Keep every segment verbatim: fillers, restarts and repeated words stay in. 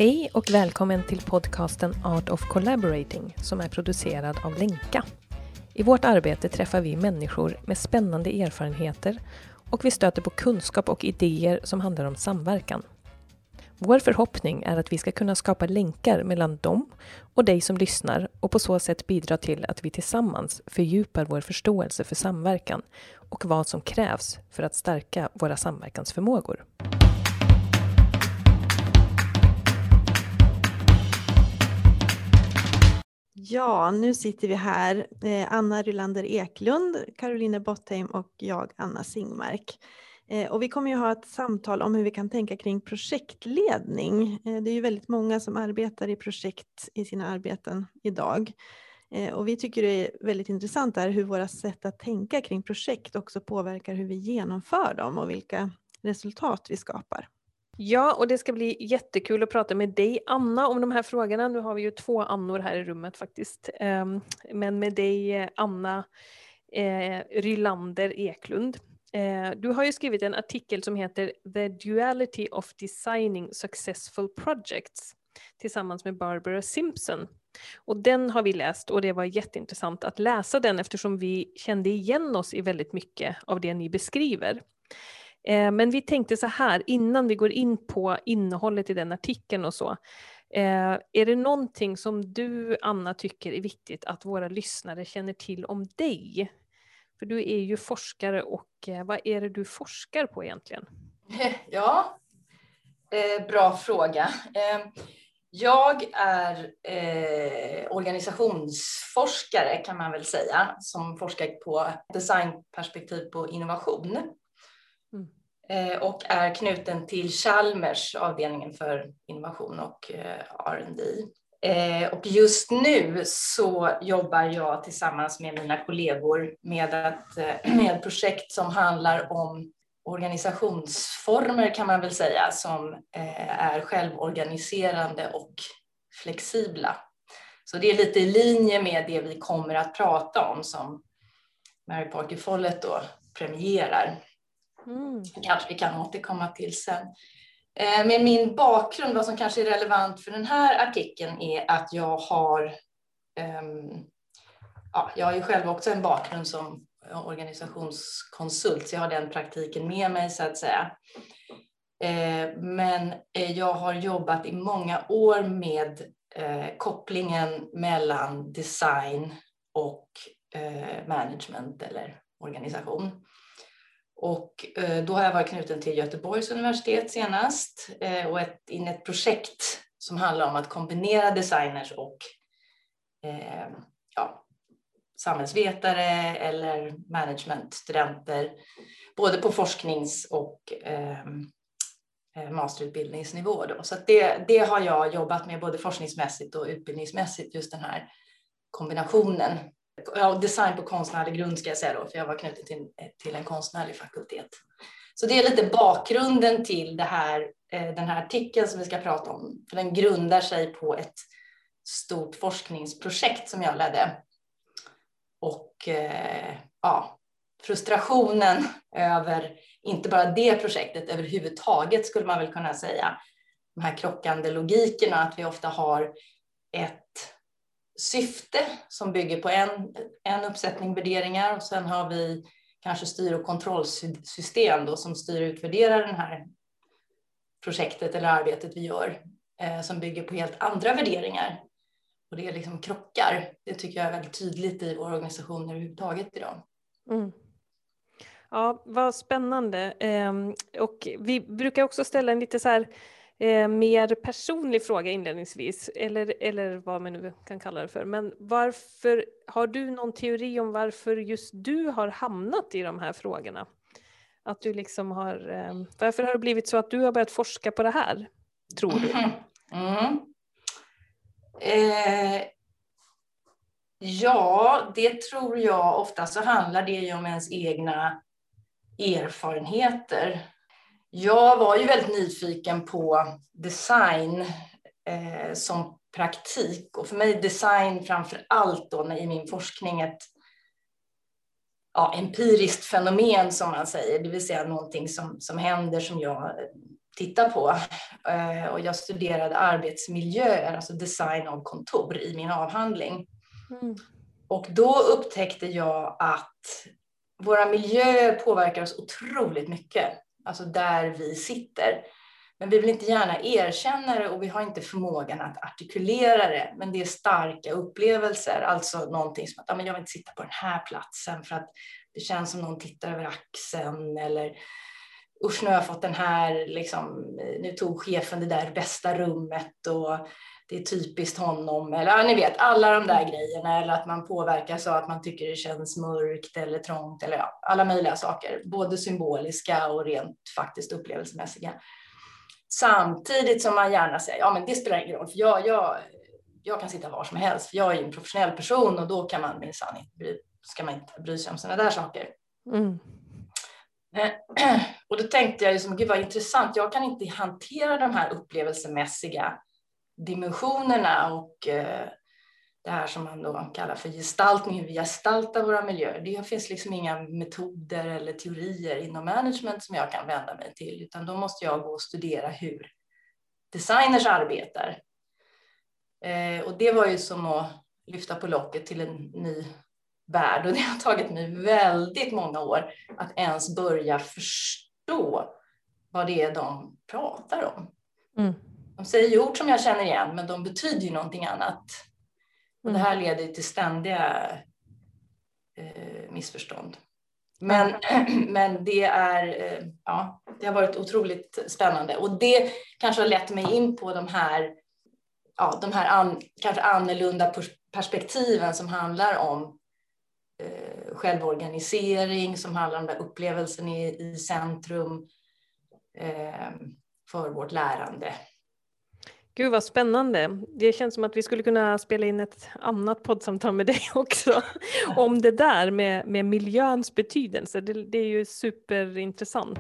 Hej och välkommen till podcasten Art of Collaborating som är producerad av Lenka. I vårt arbete träffar vi människor med spännande erfarenheter och vi stöter på kunskap och idéer som handlar om samverkan. Vår förhoppning är att vi ska kunna skapa länkar mellan dem och dig som lyssnar och på så sätt bidra till att vi tillsammans fördjupar vår förståelse för samverkan och vad som krävs för att stärka våra samverkansförmågor. Ja, nu sitter vi här, eh, Anna Rylander Eklund, Caroline Bottheim och jag, Anna Singmark. Eh, och vi kommer ju ha ett samtal om hur vi kan tänka kring projektledning. Eh, det är ju väldigt många som arbetar i projekt i sina arbeten idag. Eh, och vi tycker det är väldigt intressant där hur våra sätt att tänka kring projekt också påverkar hur vi genomför dem och vilka resultat vi skapar. Ja, och det ska bli jättekul att prata med dig, Anna, om de här frågorna. Nu har vi ju två Annor här i rummet faktiskt. Men med dig, Anna Rylander Eklund. Du har ju skrivit en artikel som heter The Duality of Designing Successful Projects tillsammans med Barbara Simpson. Och den har vi läst och det var jätteintressant att läsa den eftersom vi kände igen oss i väldigt mycket av det ni beskriver. Men vi tänkte så här, innan vi går in på innehållet i den artikeln och så. Är det någonting som du, Anna, tycker är viktigt att våra lyssnare känner till om dig? För du är ju forskare och vad är det du forskar på egentligen? Ja, eh, bra fråga. Eh, jag är eh, organisationsforskare kan man väl säga, som forskar på designperspektiv på innovation. Mm. Eh, och är knuten till Chalmers, avdelningen för innovation och eh, R and D. Eh, och just nu så jobbar jag tillsammans med mina kollegor med, att, eh, med ett projekt som handlar om organisationsformer kan man väl säga, som eh, är självorganiserande och flexibla. Så det är lite i linje med det vi kommer att prata om som Mary Parker Follett då premierar. Mm. Kanske vi kan återkomma till sen. Eh, med min bakgrund, vad som kanske är relevant för den här artikeln är att jag har eh, ja, jag har ju själv också en bakgrund som organisationskonsult, så jag har den praktiken med mig så att säga. Eh, men eh, jag har jobbat i många år med eh, kopplingen mellan design och eh, management eller organisation. Och eh, då har jag varit knuten till Göteborgs universitet senast eh, och ett, in ett projekt som handlar om att kombinera designers och eh, ja, samhällsvetare eller managementstudenter både på forsknings- och eh, masterutbildningsnivå. Då. Så att det, det har jag jobbat med både forskningsmässigt och utbildningsmässigt, just den här kombinationen. Ja, design på konstnärlig grund ska jag säga då, för jag var knuten till, till en konstnärlig fakultet. Så det är lite bakgrunden till det här, den här artikeln som vi ska prata om. För den grundar sig på ett stort forskningsprojekt som jag ledde. Och eh, ja, frustrationen över inte bara det projektet överhuvudtaget skulle man väl kunna säga. De här krockande logikerna, att vi ofta har ett syfte som bygger på en, en uppsättning värderingar och sen har vi kanske styr- och kontrollsystem då, som styr och utvärderar det här projektet eller arbetet vi gör eh, som bygger på helt andra värderingar. Och det är liksom krockar. Det tycker jag är väldigt tydligt i våra organisationer överhuvudtaget idag. Mm. Ja, vad spännande. Eh, och vi brukar också ställa en lite så här eh, mer personlig fråga inledningsvis. Eller, eller vad man nu kan kalla det för. Men varför, har du någon teori om varför just du har hamnat i de här frågorna? Att du liksom har, eh, varför har det blivit så att du har börjat forska på det här, tror du? Mm. Mm. Eh, ja, det tror jag ofta så handlar det ju om ens egna erfarenheter. Jag var ju väldigt nyfiken på design eh, som praktik, och för mig design framför allt då i min forskning ett ja, empiriskt fenomen som man säger, det vill säga någonting som, som händer som jag titta på. Och jag studerade arbetsmiljöer, alltså design av kontor i min avhandling. Mm. Och då upptäckte jag att våra miljöer påverkar oss otroligt mycket. Alltså där vi sitter. Men vi vill inte gärna erkänna det och vi har inte förmågan att artikulera det. Men det är starka upplevelser. Alltså någonting som att ja, men jag vill inte sitta på den här platsen för att det känns som någon tittar över axeln. Eller usch, nu har jag fått den här, liksom, nu tog chefen det där bästa rummet och det är typiskt honom. Eller ja, ni vet, alla de där grejerna. Eller att man påverkas av att man tycker det känns mörkt eller trångt. Eller ja, alla möjliga saker. Både symboliska och rent faktiskt upplevelsemässiga. Samtidigt som man gärna säger, ja men det spelar ingen roll. För jag, jag, jag kan sitta var som helst. För jag är en professionell person och då kan man minsann inte bry, ska man inte bry sig om sådana där saker. Mm. Och då tänkte jag liksom, gud vad intressant. Jag kan inte hantera de här upplevelsemässiga dimensionerna och eh, det här som man då kallar för gestaltning, hur vi gestaltar våra miljöer. Det finns liksom inga metoder eller teorier inom management som jag kan vända mig till, utan då måste jag gå och studera hur designers arbetar. Eh, och det var ju som att lyfta på locket till en ny värld, och det har tagit mig väldigt många år att ens börja förstå vad det är de pratar om. Mm. De säger ord som jag känner igen, men de betyder ju någonting annat. Och det här leder till ständiga eh, missförstånd. Men, men det, är, eh, ja, det har varit otroligt spännande. Och det kanske har lett mig in på de här, ja, de här an, kanske annorlunda perspektiven som handlar om eh, självorganisering, som handlar om den upplevelsen i, i centrum eh, för vårt lärande. Gud vad spännande. Det känns som att vi skulle kunna spela in ett annat poddsamtal med dig också. Om det där med, med miljöns betydelse. Det, det är ju superintressant.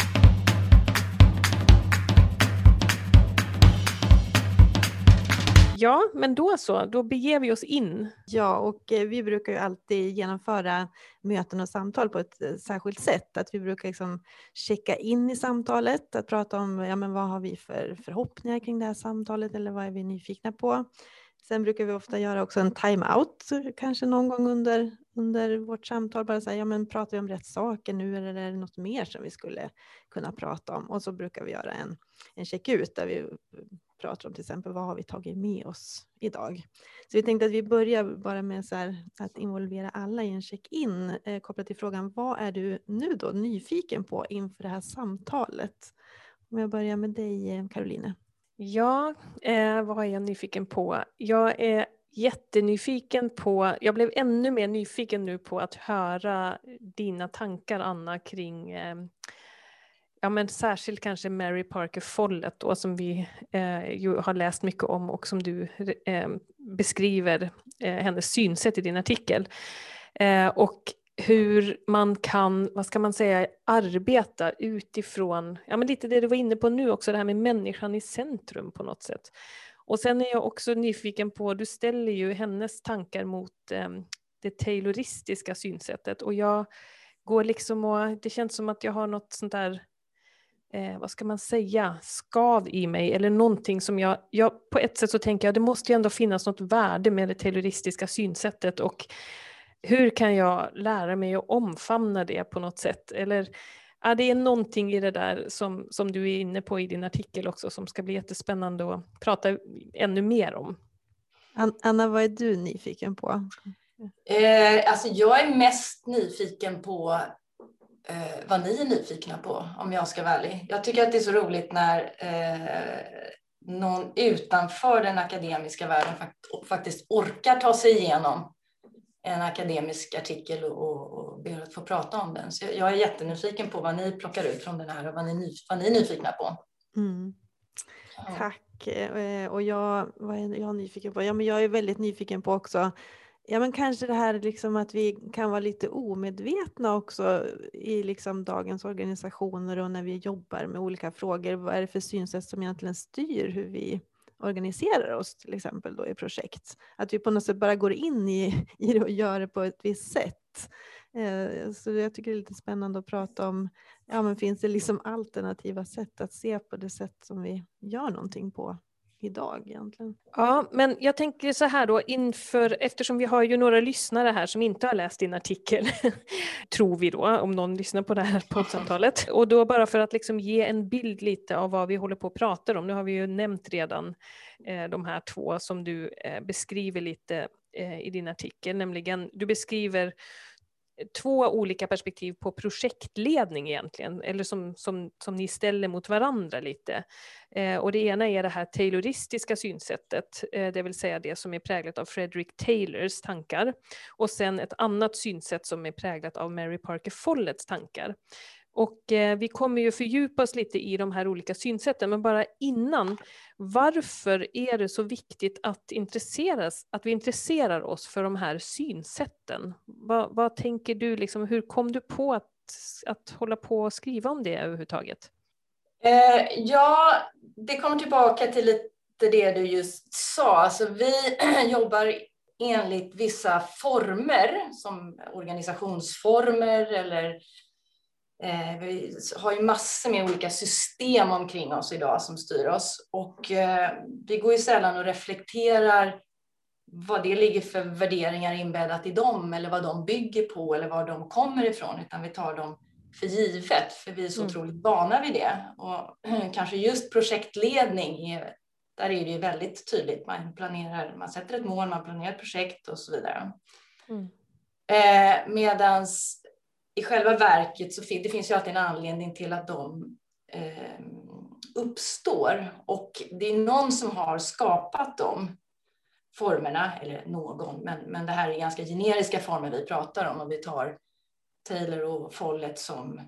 Ja, men då så. Då beger vi oss in. Ja, och vi brukar ju alltid genomföra möten och samtal på ett särskilt sätt. Att vi brukar liksom checka in i samtalet. Att prata om ja, men vad har vi för förhoppningar kring det här samtalet. Eller vad är vi nyfikna på. Sen brukar vi ofta göra också en time-out. Kanske någon gång under, under vårt samtal. Bara säga, ja men pratar vi om rätt saker nu. Eller är det något mer som vi skulle kunna prata om. Och så brukar vi göra en, en check-ut där vi pratar om till exempel vad har vi tagit med oss idag. Så vi tänkte att vi börjar bara med så här, att involvera alla i en check-in eh, kopplat till frågan vad är du nu då nyfiken på inför det här samtalet? Om jag börjar med dig Caroline. Ja, eh, vad är jag nyfiken på? Jag är jättenyfiken på, jag blev ännu mer nyfiken nu på att höra dina tankar Anna kring eh, ja, men särskilt kanske Mary Parker Follett då, som vi eh, ju har läst mycket om och som du eh, beskriver eh, hennes synsätt i din artikel. Eh, och hur man kan, vad ska man säga, arbeta utifrån, ja men lite det du var inne på nu också, det här med människan i centrum på något sätt. Och sen är jag också nyfiken på, du ställer ju hennes tankar mot eh, det tayloristiska synsättet och jag går liksom och, det känns som att jag har något sånt där Eh, vad ska man säga, skav i mig eller någonting som jag, jag på ett sätt så tänker jag det måste ju ändå finnas något värde med det tayloristiska synsättet och hur kan jag lära mig att omfamna det på något sätt eller ja, det är någonting i det där som, som du är inne på i din artikel också som ska bli jättespännande att prata ännu mer om. Anna, vad är du nyfiken på? Eh, alltså jag är mest nyfiken på Eh, vad ni är nyfikna på, om jag ska vara ärlig. Jag tycker att det är så roligt när eh, någon utanför den akademiska världen fakt- faktiskt orkar ta sig igenom en akademisk artikel och, och ber att få prata om den. Så jag, jag är jättenyfiken på vad ni plockar ut från den här och vad ni, ny, vad ni är nyfikna på. Mm. Ja. Tack. Och jag, vad är jag nyfiken på? Ja, men jag är väldigt nyfiken på också ja, men kanske det här liksom att vi kan vara lite omedvetna också i liksom dagens organisationer och när vi jobbar med olika frågor. Vad är det för synsätt som egentligen styr hur vi organiserar oss till exempel då i projekt? Att vi på något sätt bara går in i, i det och gör det på ett visst sätt. sätt. Eh, så jag tycker det är lite spännande att prata om, ja men finns det liksom alternativa sätt att se på det sätt som vi gör någonting på idag egentligen. Ja, men jag tänker så här då, inför, eftersom vi har ju några lyssnare här som inte har läst din artikel, tror vi då, om någon lyssnar på det här poddsamtalet. Och då bara för att liksom ge en bild lite av vad vi håller på att prata om. Nu har vi ju nämnt redan eh, de här två som du eh, beskriver lite eh, i din artikel, nämligen du beskriver två olika perspektiv på projektledning egentligen, eller som, som, som ni ställer mot varandra lite. Eh, och det ena är det här tayloristiska synsättet, eh, det vill säga det som är präglat av Frederick Taylors tankar. Och sen ett annat synsätt som är präglat av Mary Parker Folletts tankar. Och eh, vi kommer ju fördjupa oss lite i de här olika synsätten, men bara innan, varför är det så viktigt att, intresseras, att vi intresserar oss för de här synsätten? Va, vad tänker du, liksom, hur kom du på att, att hålla på och skriva om det överhuvudtaget? Eh, ja, det kommer tillbaka till lite det du just sa. Alltså, vi jobbar enligt vissa former, som organisationsformer eller Eh, vi har ju massor med olika system omkring oss idag som styr oss. Och eh, vi går ju sällan och reflekterar vad det ligger för värderingar inbäddat i dem. Eller vad de bygger på eller var de kommer ifrån. Utan vi tar dem för givet. För vi är så mm. otroligt vana vid det. Och eh, kanske just projektledning. Är, där är det ju väldigt tydligt. Man planerar, man sätter ett mål, man planerar ett projekt och så vidare. Mm. Eh, medans i själva verket så finns det finns ju alltid en anledning till att de eh, uppstår. Och det är någon som har skapat de formerna, eller någon, men, men det här är ganska generiska former vi pratar om. Och vi tar Taylor och Follett som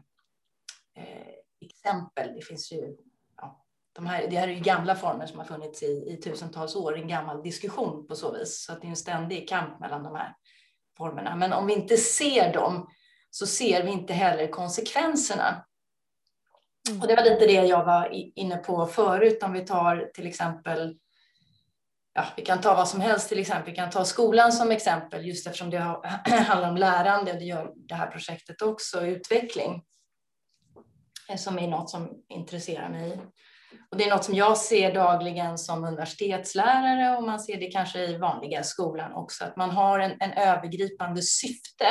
eh, exempel. Det finns ju, ja, de här, det här är ju gamla former som har funnits i, i tusentals år, en gammal diskussion på så vis. Så att det är en ständig kamp mellan de här formerna. Men om vi inte ser dem så ser vi inte heller konsekvenserna. Mm. Och det var lite det jag var inne på förut. Om vi tar till exempel, ja, vi kan ta vad som helst till exempel. Vi kan ta skolan som exempel, just eftersom det handlar om lärande. Det gör det här projektet också, utveckling. Som är något som intresserar mig. Och det är något som jag ser dagligen som universitetslärare. Och man ser det kanske i vanliga skolan också. Att man har en, en övergripande syfte.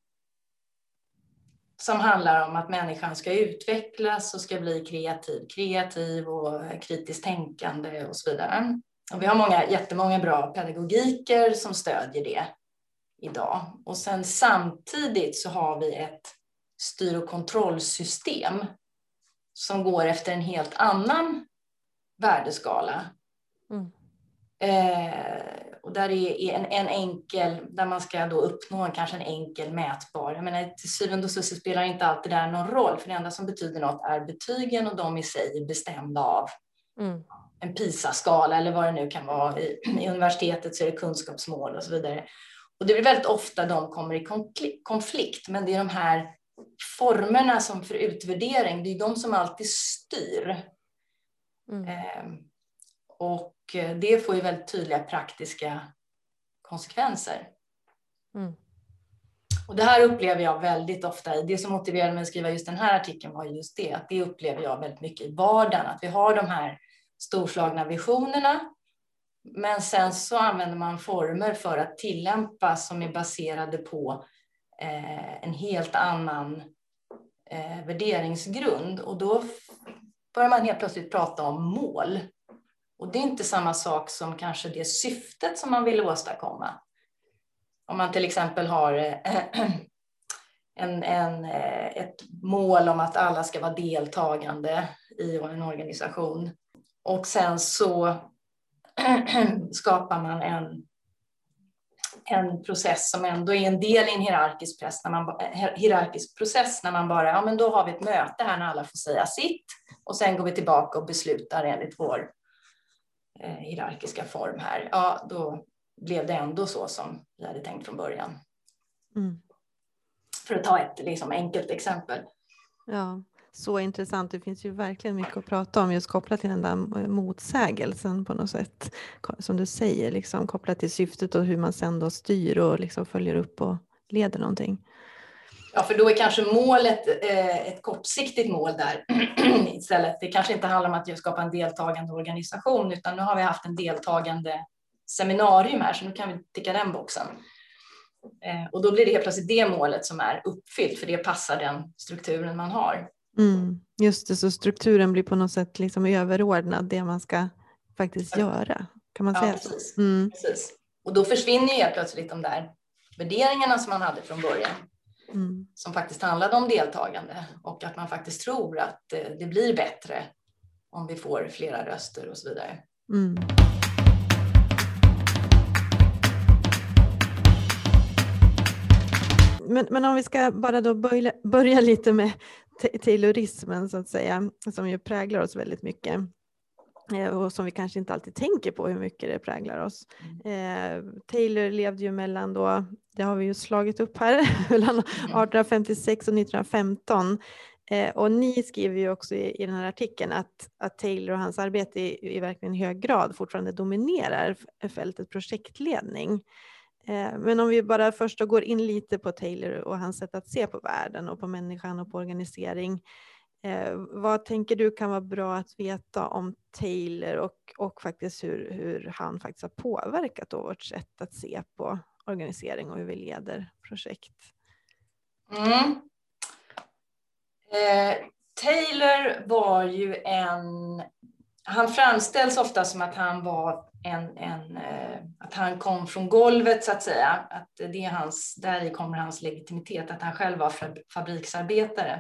Som handlar om att människan ska utvecklas och ska bli kreativ, kreativ och kritiskt tänkande och så vidare. Och vi har många, jättemånga bra pedagogiker som stödjer det idag. Och sen samtidigt så har vi ett styr- och kontrollsystem som går efter en helt annan värdeskala. Mm. Eh, och där är en, en enkel, där man ska då uppnå en, kanske en enkel mätbar. Jag menar, till syvende och sist spelar inte alltid där någon roll, för det enda som betyder något är betygen och de i sig är bestämda av mm. en PISA-skala eller vad det nu kan vara. I, i universitetet så är det kunskapsmål och så vidare. Och det är väldigt ofta de kommer i konflikt, men det är de här formerna som för utvärdering, det är de som alltid styr. Mm. Eh, och det får ju väldigt tydliga praktiska konsekvenser. Mm. Och det här upplever jag väldigt ofta i, det som motiverade mig att skriva just den här artikeln var just det, att det upplever jag väldigt mycket i vardagen, att vi har de här storslagna visionerna, men sen så använder man former för att tillämpa som är baserade på eh, en helt annan eh, värderingsgrund, och då börjar man helt plötsligt prata om mål. Och det är inte samma sak som kanske det syftet som man vill åstadkomma. Om man till exempel har en, en, ett mål om att alla ska vara deltagande i en organisation. Och sen så skapar man en, en process som ändå är en del i en hierarkisk, press, när man, hierarkisk process. När man bara, ja men då har vi ett möte här när alla får säga sitt. Och sen går vi tillbaka och beslutar enligt vår hierarkiska form här, ja då blev det ändå så som vi hade tänkt från början. Mm. För att ta ett liksom, enkelt exempel. Ja, så intressant. Det finns ju verkligen mycket att prata om just kopplat till den där motsägelsen på något sätt. Som du säger, liksom, kopplat till syftet och hur man sen då styr och liksom följer upp och leder någonting. Ja, för då är kanske målet eh, ett kortsiktigt mål där istället. Det kanske inte handlar om att skapa en deltagande organisation, utan nu har vi haft en deltagande seminarium här, så nu kan vi ticka den boxen. Eh, och då blir det helt plötsligt det målet som är uppfyllt, för det passar den strukturen man har. Mm, just det, så strukturen blir på något sätt liksom överordnad det man ska faktiskt göra. Kan man säga ja, så? precis. Mm. precis. Och då försvinner ju helt plötsligt de där värderingarna som man hade från början. Mm. Som faktiskt handlade om deltagande och att man faktiskt tror att det blir bättre om vi får flera röster och så vidare. Mm. Men, men om vi ska bara då börja, börja lite med Taylorismen så att säga, som ju präglar oss väldigt mycket. Och som vi kanske inte alltid tänker på hur mycket det präglar oss. Eh, Taylor levde ju mellan då, det har vi ju slagit upp här, mellan arton femtiosex och nittonhundrafemton. Eh, och ni skriver ju också i, i den här artikeln att, att Taylor och hans arbete i, i verkligen hög grad fortfarande dominerar fältet projektledning. Eh, men om vi bara först då går in lite på Taylor och hans sätt att se på världen och på människan och på organisering. Eh, vad tänker du kan vara bra att veta om Taylor och, och faktiskt hur, hur han faktiskt har påverkat då vårt sätt att se på organisering och hur vi leder projekt? Mm. Eh, Taylor var ju en, han framställs ofta som att han var en, en eh, att han kom från golvet så att säga, att det är hans, där kommer hans legitimitet, att han själv var fabriksarbetare.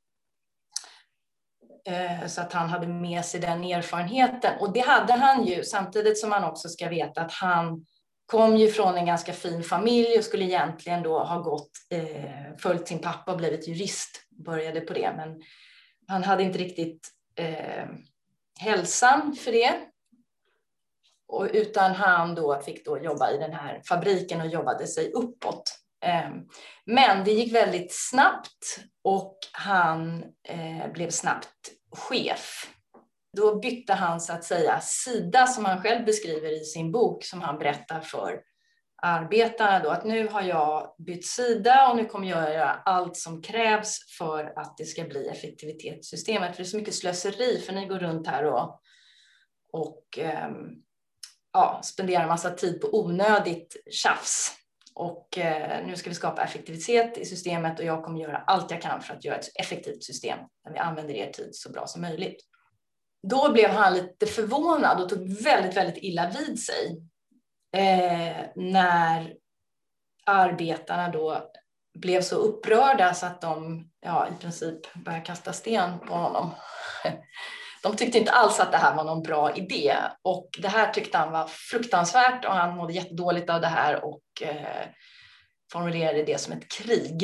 Så att han hade med sig den erfarenheten. Och det hade han ju, samtidigt som man också ska veta att han kom ju från en ganska fin familj och skulle egentligen då ha gått, eh, följt sin pappa och blivit jurist. Började på det, men han hade inte riktigt eh, hälsan för det. Och, utan han då fick då jobba i den här fabriken och jobbade sig uppåt. Eh, men det gick väldigt snabbt och han eh, blev snabbt chef. Då bytte han så att säga sida, som han själv beskriver i sin bok, som han berättar för arbetarna då, att nu har jag bytt sida och nu kommer jag göra allt som krävs för att det ska bli effektivitetssystemet. För det är så mycket slöseri, för ni går runt här och, och eh, ja, spenderar en massa tid på onödigt tjafs. Och eh, nu ska vi skapa effektivitet i systemet och jag kommer göra allt jag kan för att göra ett effektivt system där vi använder er tid så bra som möjligt. Då blev han lite förvånad och tog väldigt, väldigt illa vid sig eh, när arbetarna då blev så upprörda så att de ja, i princip började kasta sten på honom. De tyckte inte alls att det här var någon bra idé och det här tyckte han var fruktansvärt och han mådde jättedåligt av det här och eh, formulerade det som ett krig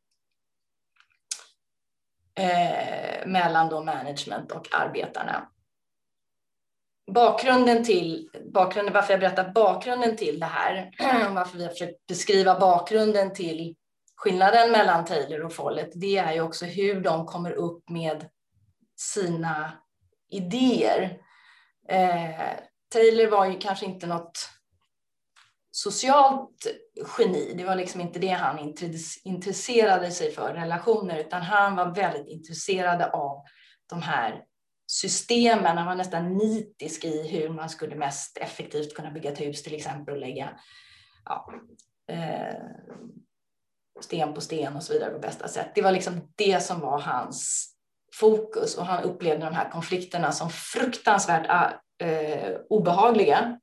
eh, mellan då management och arbetarna. Bakgrunden till, bakgrunden, varför jag berättar bakgrunden till det här, varför vi har försökt beskriva bakgrunden till skillnaden mellan Taylor och Follett, det är ju också hur de kommer upp med sina idéer. Eh, Taylor var ju kanske inte något socialt geni. Det var liksom inte det han intresserade sig för, relationer, utan han var väldigt intresserad av de här systemen. Han var nästan nitisk i hur man skulle mest effektivt kunna bygga ett hus till exempel och lägga ja, eh, sten på sten och så vidare på bästa sätt. Det var liksom det som var hans fokus och han upplevde de här konflikterna som fruktansvärt eh, obehagliga.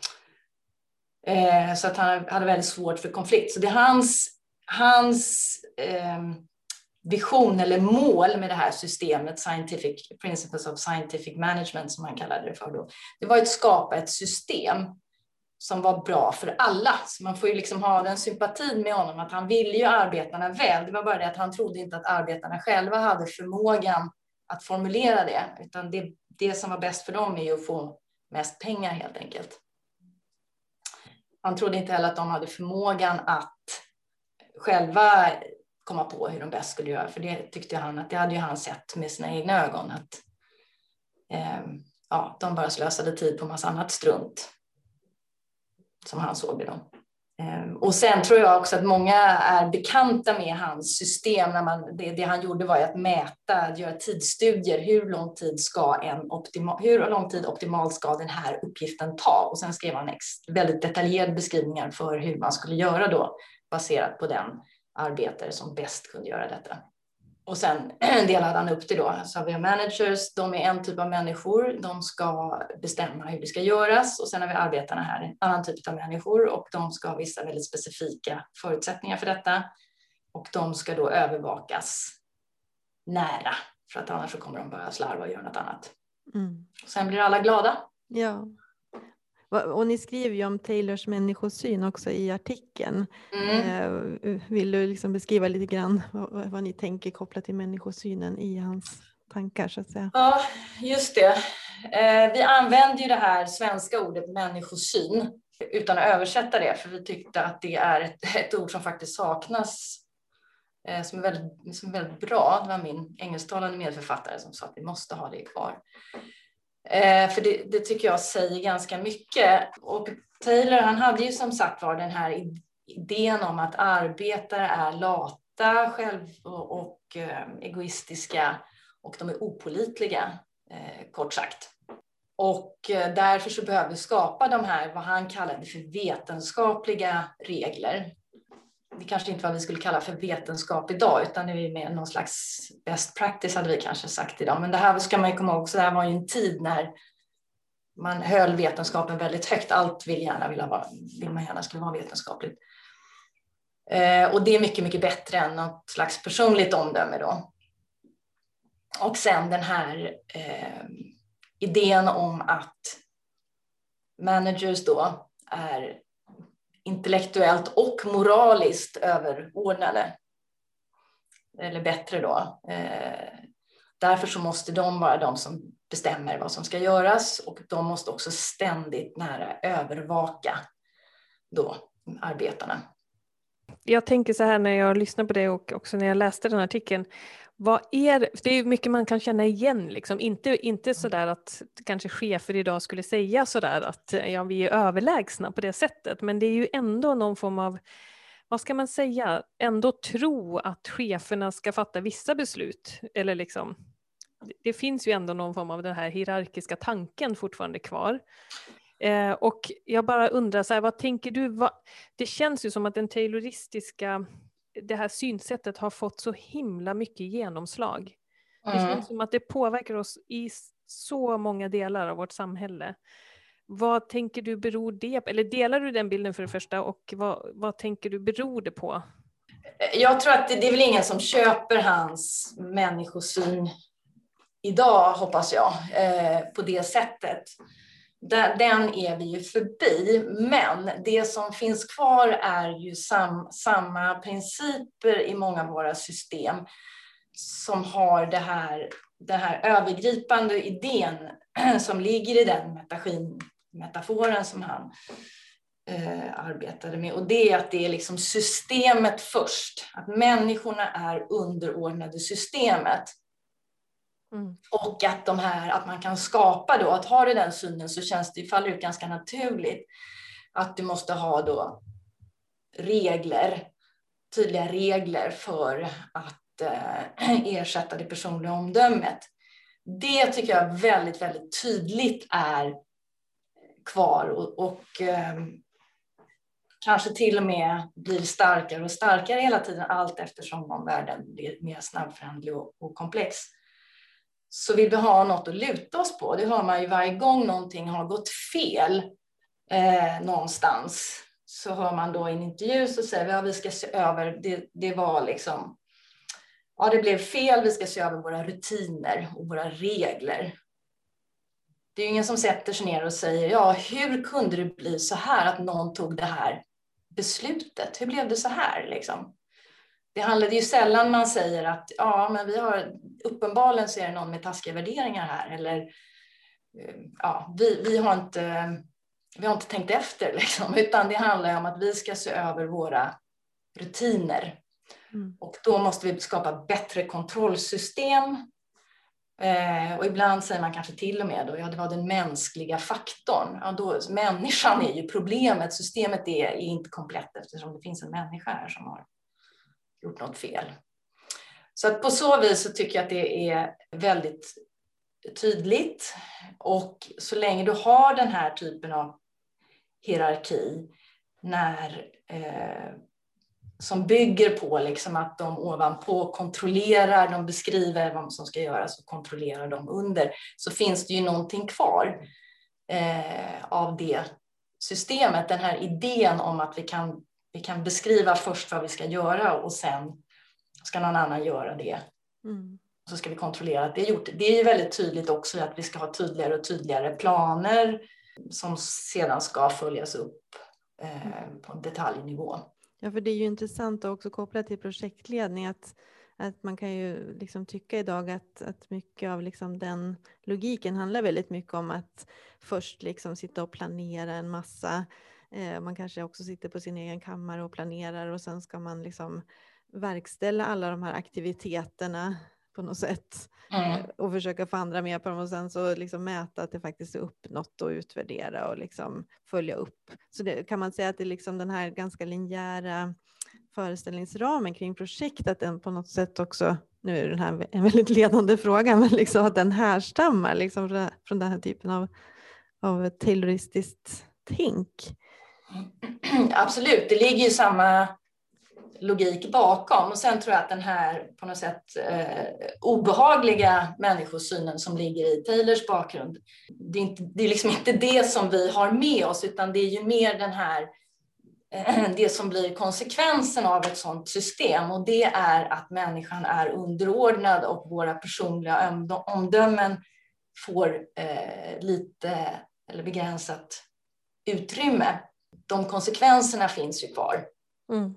Eh, så att han hade väldigt svårt för konflikt. Så det är hans, hans eh, vision eller mål med det här systemet, Scientific Principles of Scientific Management som han kallade det för då. Det var att skapa ett system som var bra för alla. Så man får ju liksom ha den sympatin med honom att han ville ju arbetarna väl. Det var bara det att han trodde inte att arbetarna själva hade förmågan att formulera det. Utan det, det som var bäst för dem är ju att få mest pengar helt enkelt. Han trodde inte heller att de hade förmågan att själva komma på hur de bäst skulle göra. För det tyckte han att det hade ju han sett med sina egna ögon. Att eh, ja, de bara slösade tid på massa annat strunt. Som han såg det då. Och sen tror jag också att många är bekanta med hans system. När man, det, det han gjorde var att mäta, att göra tidsstudier. Hur lång tid ska en optimal, hur lång tid optimalt ska den här uppgiften ta? Och sen skrev han ex, väldigt detaljerade beskrivningar för hur man skulle göra då, baserat på den arbetare som bäst kunde göra detta. Och sen delade han upp det då. Så vi har managers, de är en typ av människor. De ska bestämma hur det ska göras. Och sen har vi arbetarna här, en annan typ av människor. Och de ska ha vissa väldigt specifika förutsättningar för detta. Och de ska då övervakas nära. För att annars så kommer de börja slarva och göra något annat. Mm. Och sen blir alla glada. Ja. Och ni skriver ju om Taylors människosyn också i artikeln. Mm. Vill du liksom beskriva lite grann vad, vad ni tänker kopplat till människosynen i hans tankar så att säga? Ja, just det. Vi använder ju det här svenska ordet människosyn utan att översätta det. För vi tyckte att det är ett, ett ord som faktiskt saknas. Som är, väldigt, som är väldigt bra. Det var min engelsktalande medförfattare som sa att vi måste ha det kvar. Eh, för det, det tycker jag säger ganska mycket. Och Taylor, han hade ju som sagt var den här idén om att arbetare är lata, själv och, och eh, egoistiska och de är opålitliga, eh, kort sagt. Och eh, därför så behöver vi skapa de här, vad han kallade för vetenskapliga regler. Det kanske inte vad vi skulle kalla för vetenskap idag, utan det är med någon slags best practice hade vi kanske sagt idag. Men det här ska man ju komma ihåg, så det här var ju en tid när man höll vetenskapen väldigt högt. Allt vill, gärna vilja vara, vill man gärna skulle vara vetenskapligt. Eh, och det är mycket, mycket bättre än något slags personligt omdöme då. Och sen den här eh, idén om att managers då är intellektuellt och moraliskt överordnade. Eller bättre då. Eh, därför så måste de vara de som bestämmer vad som ska göras. Och de måste också ständigt nära övervaka då arbetarna. Jag tänker så här när jag lyssnar på det och också när jag läste den här artikeln. Vad är, det är mycket man kan känna igen, liksom. inte, inte sådär att kanske chefer idag skulle säga sådär att ja, vi är överlägsna på det sättet, men det är ju ändå någon form av, vad ska man säga, ändå tro att cheferna ska fatta vissa beslut, eller liksom, det finns ju ändå någon form av den här hierarkiska tanken fortfarande kvar. Eh, och jag bara undrar, så här, vad tänker du, vad, det känns ju som att den tayloristiska det här synsättet har fått så himla mycket genomslag. Mm. Det känns som att det påverkar oss i så många delar av vårt samhälle. Vad tänker du beror det på? Eller delar du den bilden för det första? Och vad, vad tänker du beror det på? Jag tror att det, det är väl ingen som köper hans människosyn idag, hoppas jag, eh, på det sättet. Den är vi ju förbi, men det som finns kvar är ju sam, samma principer i många av våra system som har det här, den här övergripande idén som ligger i den metagin, metaforen som han eh, arbetade med. Och det är att det är liksom systemet först, att människorna är underordnade systemet. Mm. Och att, de här, att man kan skapa då, att ha det den synen så känns det, faller ut ganska naturligt att du måste ha då regler, tydliga regler för att eh, ersätta det personliga omdömet. Det tycker jag väldigt, väldigt tydligt är kvar och, och eh, kanske till och med blir starkare och starkare hela tiden, allt eftersom omvärlden blir mer snabbförhandlig och, och komplex. Så vill vi ha något att luta oss på. Det har man ju varje gång någonting har gått fel eh, någonstans. Så hör man då i en intervju så säger vi att ja, vi ska se över, det, det var liksom, ja det blev fel, vi ska se över våra rutiner och våra regler. Det är ju ingen som sätter sig ner och säger, ja hur kunde det bli så här att någon tog det här beslutet? Hur blev det så här liksom? Det handlade ju sällan man säger att ja, men vi har uppenbarligen så är det någon med taskiga värderingar här. Eller ja, vi, vi, har, inte, vi har inte tänkt efter liksom. Utan det handlar om att vi ska se över våra rutiner. Mm. Och då måste vi skapa bättre kontrollsystem. Eh, och ibland säger man kanske till och med då, ja det var den mänskliga faktorn. Ja, då, människan är ju problemet, systemet är, är inte komplett eftersom det finns en människa här som har gjort något fel. Så att på så vis så tycker jag att det är väldigt tydligt, och så länge du har den här typen av hierarki när, eh, som bygger på liksom att de ovanpå kontrollerar, de beskriver vad som ska göras och kontrollerar de under, så finns det ju någonting kvar eh, av det systemet, den här idén om att vi kan, vi kan beskriva först vad vi ska göra och sen ska någon annan göra det. Mm. Så ska vi kontrollera att det är gjort. Det är ju väldigt tydligt också att vi ska ha tydligare och tydligare planer som sedan ska följas upp eh, på detaljnivå. Ja, för det är ju intressant att också koppla till projektledning att, att man kan ju liksom tycka idag att, att mycket av liksom den logiken handlar väldigt mycket om att först liksom sitta och planera en massa. Eh, man kanske också sitter på sin egen kammare och planerar, och sen ska man liksom verkställa alla de här aktiviteterna på något sätt mm. och försöka få andra med på dem, och sen så liksom mäta att det faktiskt är uppnått och utvärdera och liksom följa upp. Så det, kan man säga att det är liksom den här ganska linjära föreställningsramen kring projekt, att den på något sätt också, nu är den här en väldigt ledande fråga, men liksom att den härstammar liksom från den här typen av, av tayloristiskt tänk. Absolut, det ligger ju samma logik bakom, och sen tror jag att den här på något sätt eh, obehagliga människosynen som ligger i Taylors bakgrund, det är, inte, det är liksom inte det som vi har med oss, utan det är ju mer den här eh, det som blir konsekvensen av ett sådant system, och det är att människan är underordnad och våra personliga omdömen får eh, lite eller begränsat utrymme. De konsekvenserna finns ju kvar. Mm.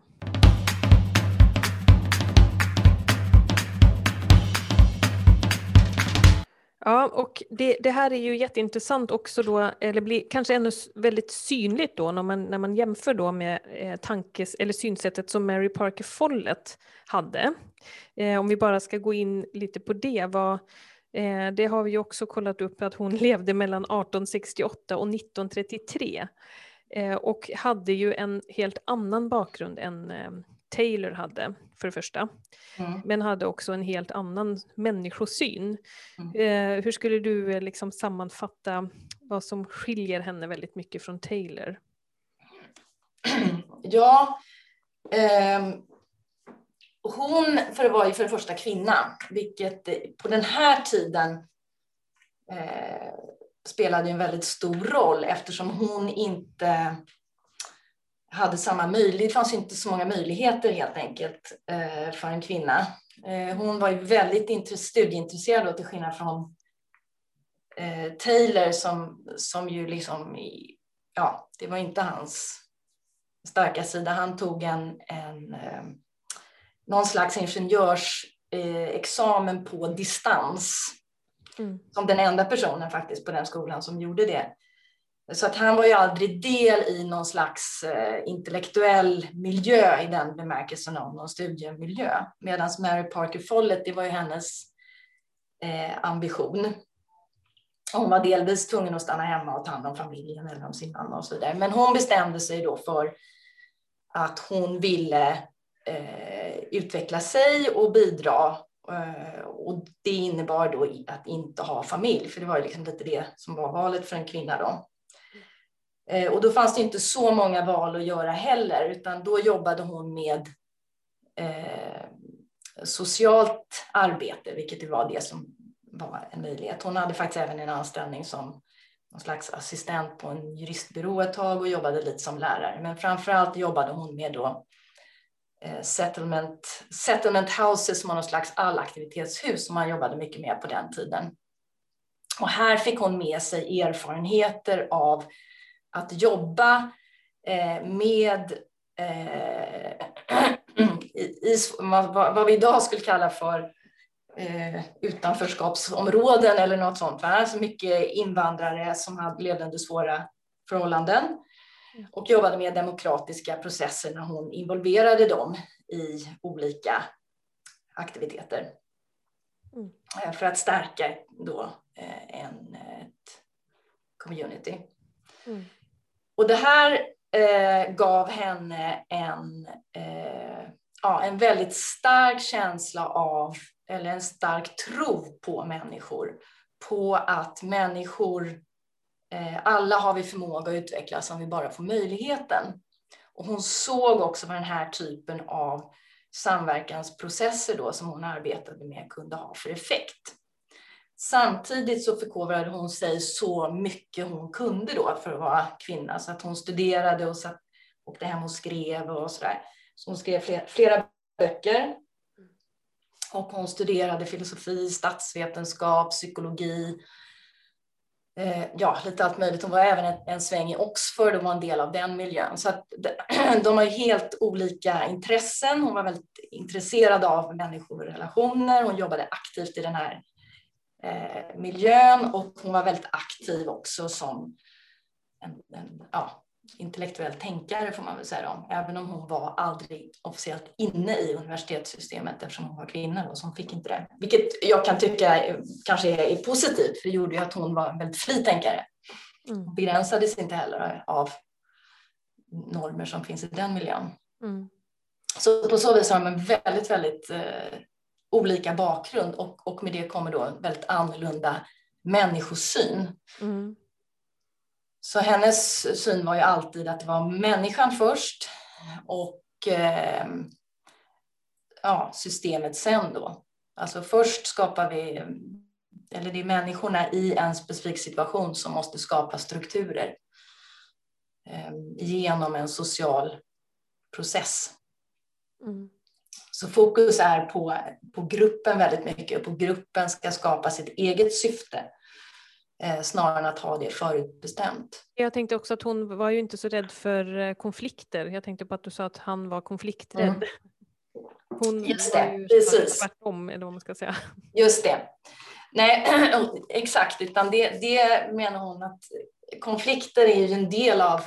Ja, och det, det här är ju jätteintressant också då, eller blir kanske ännu väldigt synligt då när man, när man jämför då med eh, tankes, eller synsättet som Mary Parker Follett hade. Eh, om vi bara ska gå in lite på det, vad, eh, det har vi ju också kollat upp att hon levde mellan arton sextioåtta och nitton trettiotre eh, och hade ju en helt annan bakgrund än eh, Taylor hade, för det första. Mm. Men hade också en helt annan människosyn. Mm. Eh, hur skulle du eh, liksom sammanfatta vad som skiljer henne väldigt mycket från Taylor? Ja, eh, hon för var ju för det första kvinna, vilket på den här tiden eh, spelade en väldigt stor roll, eftersom hon inte hade samma möjlighet, det fanns inte så många möjligheter helt enkelt eh, för en kvinna. Eh, hon var ju väldigt studieintresserad då, till skillnad från eh, Taylor som, som ju liksom, ja, det var inte hans starka sida. Han tog en, en eh, någon slags ingenjörsexamen eh, på distans. Mm. Som den enda personen faktiskt på den skolan som gjorde det. Så att han var ju aldrig del i någon slags eh, intellektuell miljö i den bemärkelsen av någon studiemiljö. Medan Mary Parker Follett, det var ju hennes eh, ambition. Hon var delvis tvungen att stanna hemma och ta hand om familjen eller om sin mamma och så vidare. Men hon bestämde sig då för att hon ville eh, utveckla sig och bidra. Eh, och det innebar då att inte ha familj. För det var ju liksom lite det som var valet för en kvinna då. Och då fanns det inte så många val att göra heller, utan då jobbade hon med eh, socialt arbete, vilket var det som var en möjlighet. Hon hade faktiskt även en anställning som någon slags assistent på en juristbyrå ett tag och jobbade lite som lärare. Men framförallt jobbade hon med då eh, settlement, settlement houses som var någon slags allaktivitetshus som man jobbade mycket med på den tiden. Och här fick hon med sig erfarenheter av att jobba eh, med eh, i, i, vad, vad vi idag skulle kalla för eh, utanförskapsområden eller något sånt. Va? Alltså mycket invandrare som hade, levde under svåra förhållanden och jobbade med demokratiska processer när hon involverade dem i olika aktiviteter. mm. för att stärka då en, ett community. Mm. Och det här eh, gav henne en, eh, ja, en väldigt stark känsla av, eller en stark tro på människor. På att människor, eh, alla har vi förmåga att utvecklas om vi bara får möjligheten. Och hon såg också vad den här typen av samverkansprocesser då, som hon arbetade med kunde ha för effekt. Samtidigt så förkovrade hon sig så mycket hon kunde då för att vara kvinna. Så att hon studerade och satt, åkte hem och skrev och sådär. Så hon skrev flera, flera böcker. Och hon studerade filosofi, statsvetenskap, psykologi. Eh, ja, lite allt möjligt. Hon var även en, en sväng i Oxford och var en del av den miljön. Så att de, de har ju helt olika intressen. Hon var väldigt intresserad av människor och relationer. Hon jobbade aktivt i den här eh, miljön. Och hon var väldigt aktiv också som en, en ja, intellektuell tänkare, får man väl säga om. Även om hon var aldrig officiellt inne i universitetssystemet eftersom hon var kvinna och som fick inte det. Vilket jag kan tycka kanske är positivt, för det gjorde ju att hon var en väldigt fri tänkare. Mm. Begränsades inte heller av normer som finns i den miljön. Mm. Så på så vis har de en väldigt, väldigt eh, olika bakgrund och, och med det kommer då en väldigt annorlunda människosyn. Mm. Så hennes syn var ju alltid att det var människan först och eh, ja, systemet sen då. Alltså först skapar vi, eller det är människorna i en specifik situation som måste skapa strukturer eh, genom en social process. Mm. Så fokus är på, på gruppen väldigt mycket. På gruppen ska skapa sitt eget syfte. Snarare än att ha det förutbestämt. Jag tänkte också att hon var ju inte så rädd för konflikter. Jag tänkte på att du sa att han var konflikträdd. Mm. Hon Just var det, ju precis. tvärtom, eller vad man ska säga. Just det. Nej, exakt. Utan det, det menar hon att konflikter är ju en del av...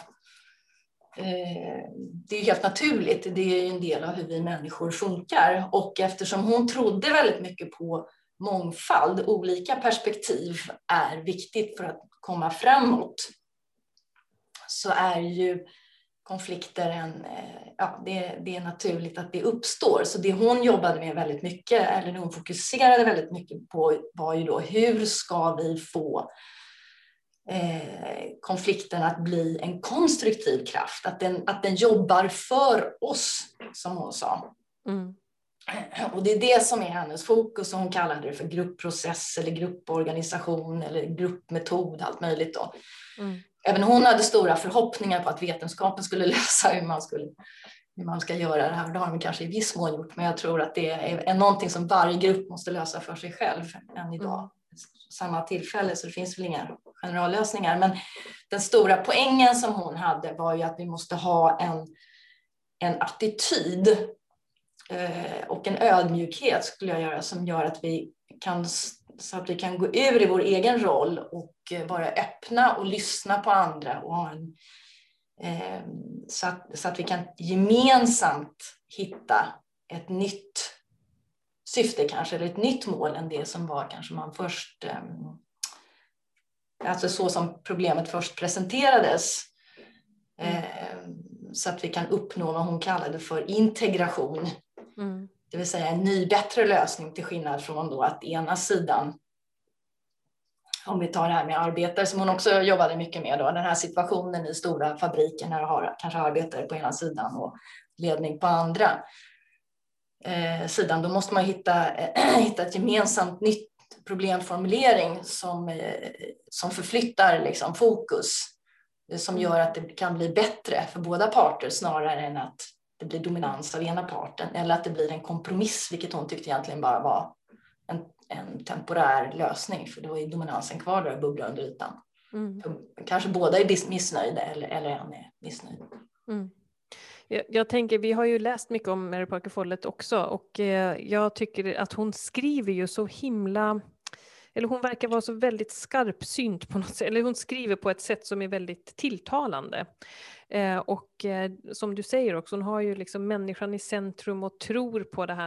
Eh, det är ju helt naturligt. Det är ju en del av hur vi människor funkar. Och eftersom hon trodde väldigt mycket på mångfald, olika perspektiv är viktigt för att komma framåt, så är ju konflikter en, ja, det, det är naturligt att det uppstår. Så det hon jobbade med väldigt mycket, eller hon fokuserade väldigt mycket på, var ju då hur ska vi få eh, konflikten att bli en konstruktiv kraft, att den, att den jobbar för oss, som hon sa. Mm. Och det är det som är hennes fokus, och hon kallade det för gruppprocess eller grupporganisation eller gruppmetod, allt möjligt då. Mm. Även hon hade stora förhoppningar på att vetenskapen skulle lösa hur man, skulle, hur man ska göra det här. Det har de kanske i viss mån gjort, men jag tror att det är någonting som varje grupp måste lösa för sig själv än idag. Mm. Samma tillfälle, så det finns väl inga generallösningar. Men den stora poängen som hon hade var ju att vi måste ha en, en attityd och en ödmjukhet, skulle jag göra, som gör att vi kan, så att vi kan gå ur i vår egen roll och vara öppna och lyssna på andra och ha en, eh, så, att, så att vi kan gemensamt hitta ett nytt syfte kanske, eller ett nytt mål än det som var kanske man först, eh, alltså så som problemet först presenterades. Eh, så att vi kan uppnå vad hon kallade för integration. Mm. Det vill säga en ny, bättre lösning, till skillnad från då att ena sidan, om vi tar det här med arbetare som hon också jobbade mycket med då, den här situationen i stora fabriker när du har kanske arbetare på ena sidan och ledning på andra eh, sidan, då måste man hitta, eh, hitta ett gemensamt nytt problemformulering som, eh, som förflyttar liksom fokus, som gör att det kan bli bättre för båda parter snarare än att det blir dominans av ena parten, eller att det blir en kompromiss, vilket hon tyckte egentligen bara var en, en temporär lösning, för det var ju dominansen kvar där och bubbla under ytan. Mm. Kanske båda är missnöjda eller, eller en är missnöjd. Mm. Jag, jag tänker, vi har ju läst mycket om Mary Parker Follett också, och eh, jag tycker att hon skriver ju så himla... Eller hon verkar vara så väldigt skarpsynt på något sätt. Eller hon skriver på ett sätt som är väldigt tilltalande. Eh, och eh, som du säger också, hon har ju liksom människan i centrum och tror på det här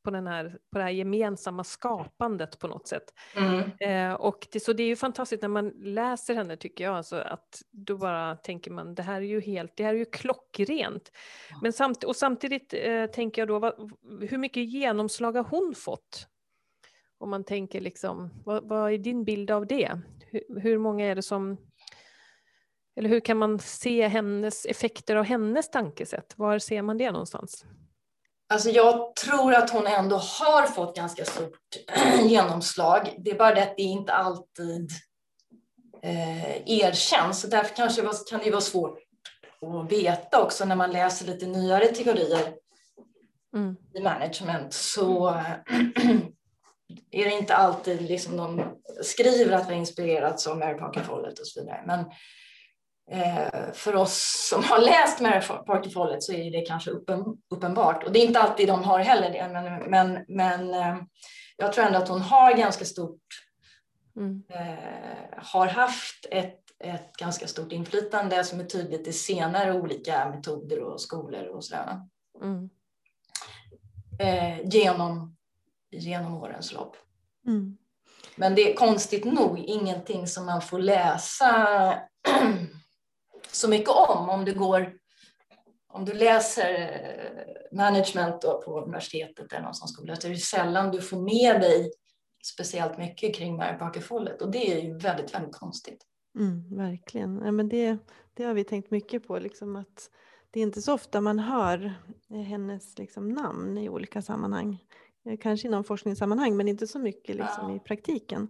på, den här, på det här gemensamma skapandet på något sätt. Mm. Eh, och det, så det är ju fantastiskt när man läser henne, tycker jag, alltså, att då bara tänker man, det här är ju helt, det här är ju klockrent. Men samt, och samtidigt eh, tänker jag då, vad, hur mycket genomslag har hon fått? Om man tänker liksom, vad, vad är din bild av det? Hur, hur många är det som, eller hur kan man se hennes effekter av hennes tankesätt? Var ser man det någonstans? Alltså jag tror att hon ändå har fått ganska stort genomslag. Det är bara det att det inte alltid eh, erkänns. Så därför kanske var, kan det vara svårt att veta också när man läser lite nyare teorier mm. i management. Så är det inte alltid liksom de skriver att vi har inspirerats av Mary Parker Follett och så vidare. Men eh, för oss som har läst Mary Parker Follett så är det kanske uppen, uppenbart. Och det är inte alltid de har heller det. Men, men, men eh, jag tror ändå att hon har ganska stort, mm. eh, har haft ett, ett ganska stort inflytande som är tydligt i senare olika metoder och skolor och sådär. Mm. Eh, genom genom årens lopp. Mm. Men det är konstigt nog ingenting som man får läsa så mycket om. Om du går, om du läser management då på universitetet eller någon sån skola, så är det sällan du får med dig speciellt mycket kring Mary Parker Follett. Och det är ju väldigt, väldigt konstigt. Mm, verkligen. Ja, men det, det har vi tänkt mycket på. Liksom att det är inte så ofta man hör hennes liksom, namn i olika sammanhang. Kanske inom forskningssammanhang, men inte så mycket liksom, ja. i praktiken.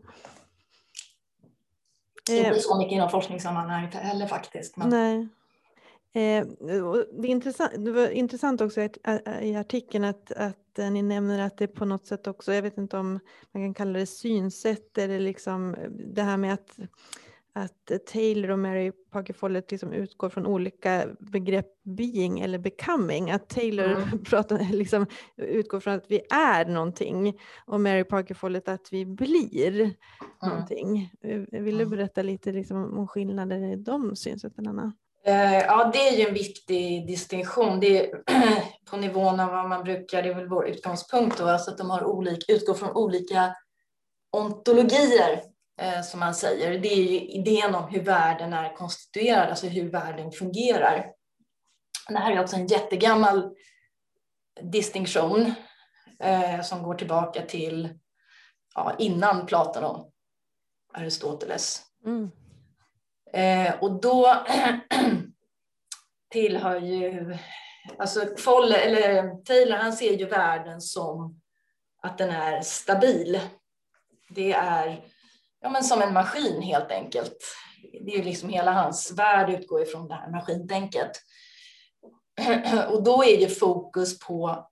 Inte så mycket inom forskningssammanhang heller faktiskt. Men... Nej. Eh, det, är intressant, det var intressant också i, i artikeln att, att ni nämner att det på något sätt också, jag vet inte om man kan kalla det synsätt eller liksom det här med att att Taylor och Mary Parker Follett liksom utgår från olika begrepp, being eller becoming. Att Taylor mm. pratar, liksom, utgår från att vi är någonting och Mary Parker Follett att vi blir mm. någonting. Vill du berätta lite liksom, om skillnader i de synsätten, Anna? Uh, ja, det är ju en viktig distinktion. Det är på nivån av vad man brukar, det är väl vår utgångspunkt då, alltså att de har olika, utgår från olika ontologier. Som man säger, det är ju idén om hur världen är konstituerad, alltså hur världen fungerar. Det här är också en jättegammal distinktion eh, som går tillbaka till ja, innan Platon och Aristoteles. Mm. Eh, och då tillhör ju, alltså Follett, eller Taylor, han ser ju världen som att den är stabil. Det är Ja, men som en maskin helt enkelt. Det är ju liksom hela hans värld utgår ifrån det här maskintänket. Och då är ju fokus på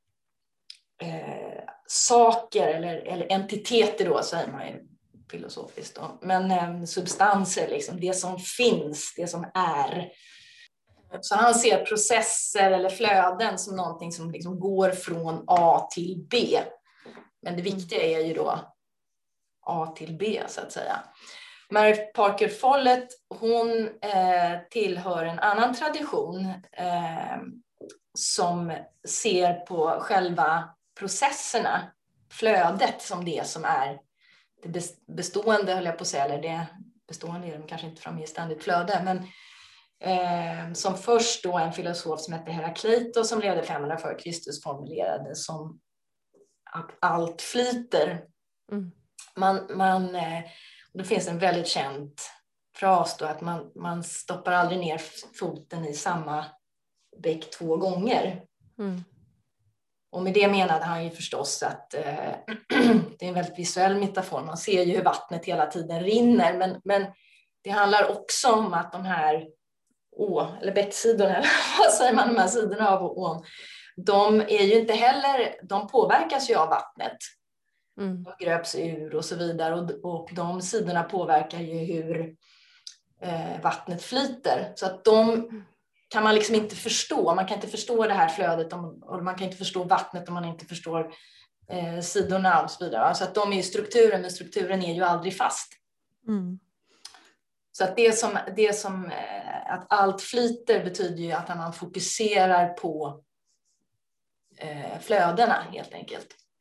eh, saker eller, eller entiteter då, säger man ju filosofiskt då. Men eh, substanser, liksom, det som finns, det som är. Så han ser processer eller flöden som någonting som liksom går från A till B. Men det viktiga är ju då A till B så att säga. Mary Parker Follett, hon eh, tillhör en annan tradition eh, som ser på själva processerna, flödet som det som är det bestående, höll jag på att säga, eller det bestående är de kanske inte fram i ständigt flöde, men eh, som först då en filosof som hette Herakleitos som levde femhundra före Kristus formulerade som att allt flyter. Mm. Man, man, det finns en väldigt känd fras då att man, man stoppar aldrig ner foten i samma bäck två gånger. Mm. Och med det menade han ju förstås att eh, det är en väldigt visuell metafor. Man ser ju hur vattnet hela tiden rinner. Men, men det handlar också om att de här å, eller bäcksidorna, vad säger man, de här sidorna av ån, de är ju inte heller, de påverkas ju av vattnet. Mm. De gröps ur och så vidare. Och, och de sidorna påverkar ju hur eh, vattnet flyter. Så att de kan man liksom inte förstå. Man kan inte förstå det här flödet om, och man kan inte förstå vattnet om man inte förstår eh, sidorna och så vidare. Så att de är ju strukturen, men strukturen är ju aldrig fast. Mm. Så att det som, det som eh, att allt flyter betyder ju att man fokuserar på eh, flödena helt enkelt.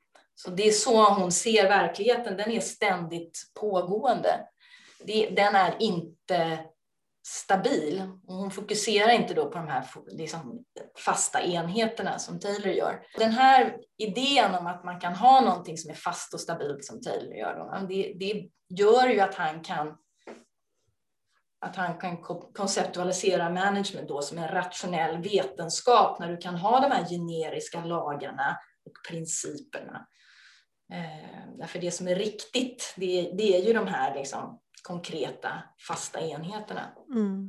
Så det är så hon ser verkligheten, den är ständigt pågående. Det, den är inte stabil. Och hon fokuserar inte då på de här liksom, fasta enheterna som Taylor gör. Den här idén om att man kan ha någonting som är fast och stabilt som Taylor gör, då, det, det gör ju att han kan att han kan konceptualisera management då som en rationell vetenskap när du kan ha de här generiska lagarna och principerna. Eh, därför det som är riktigt, det, det är ju de här liksom, konkreta fasta enheterna. Mm.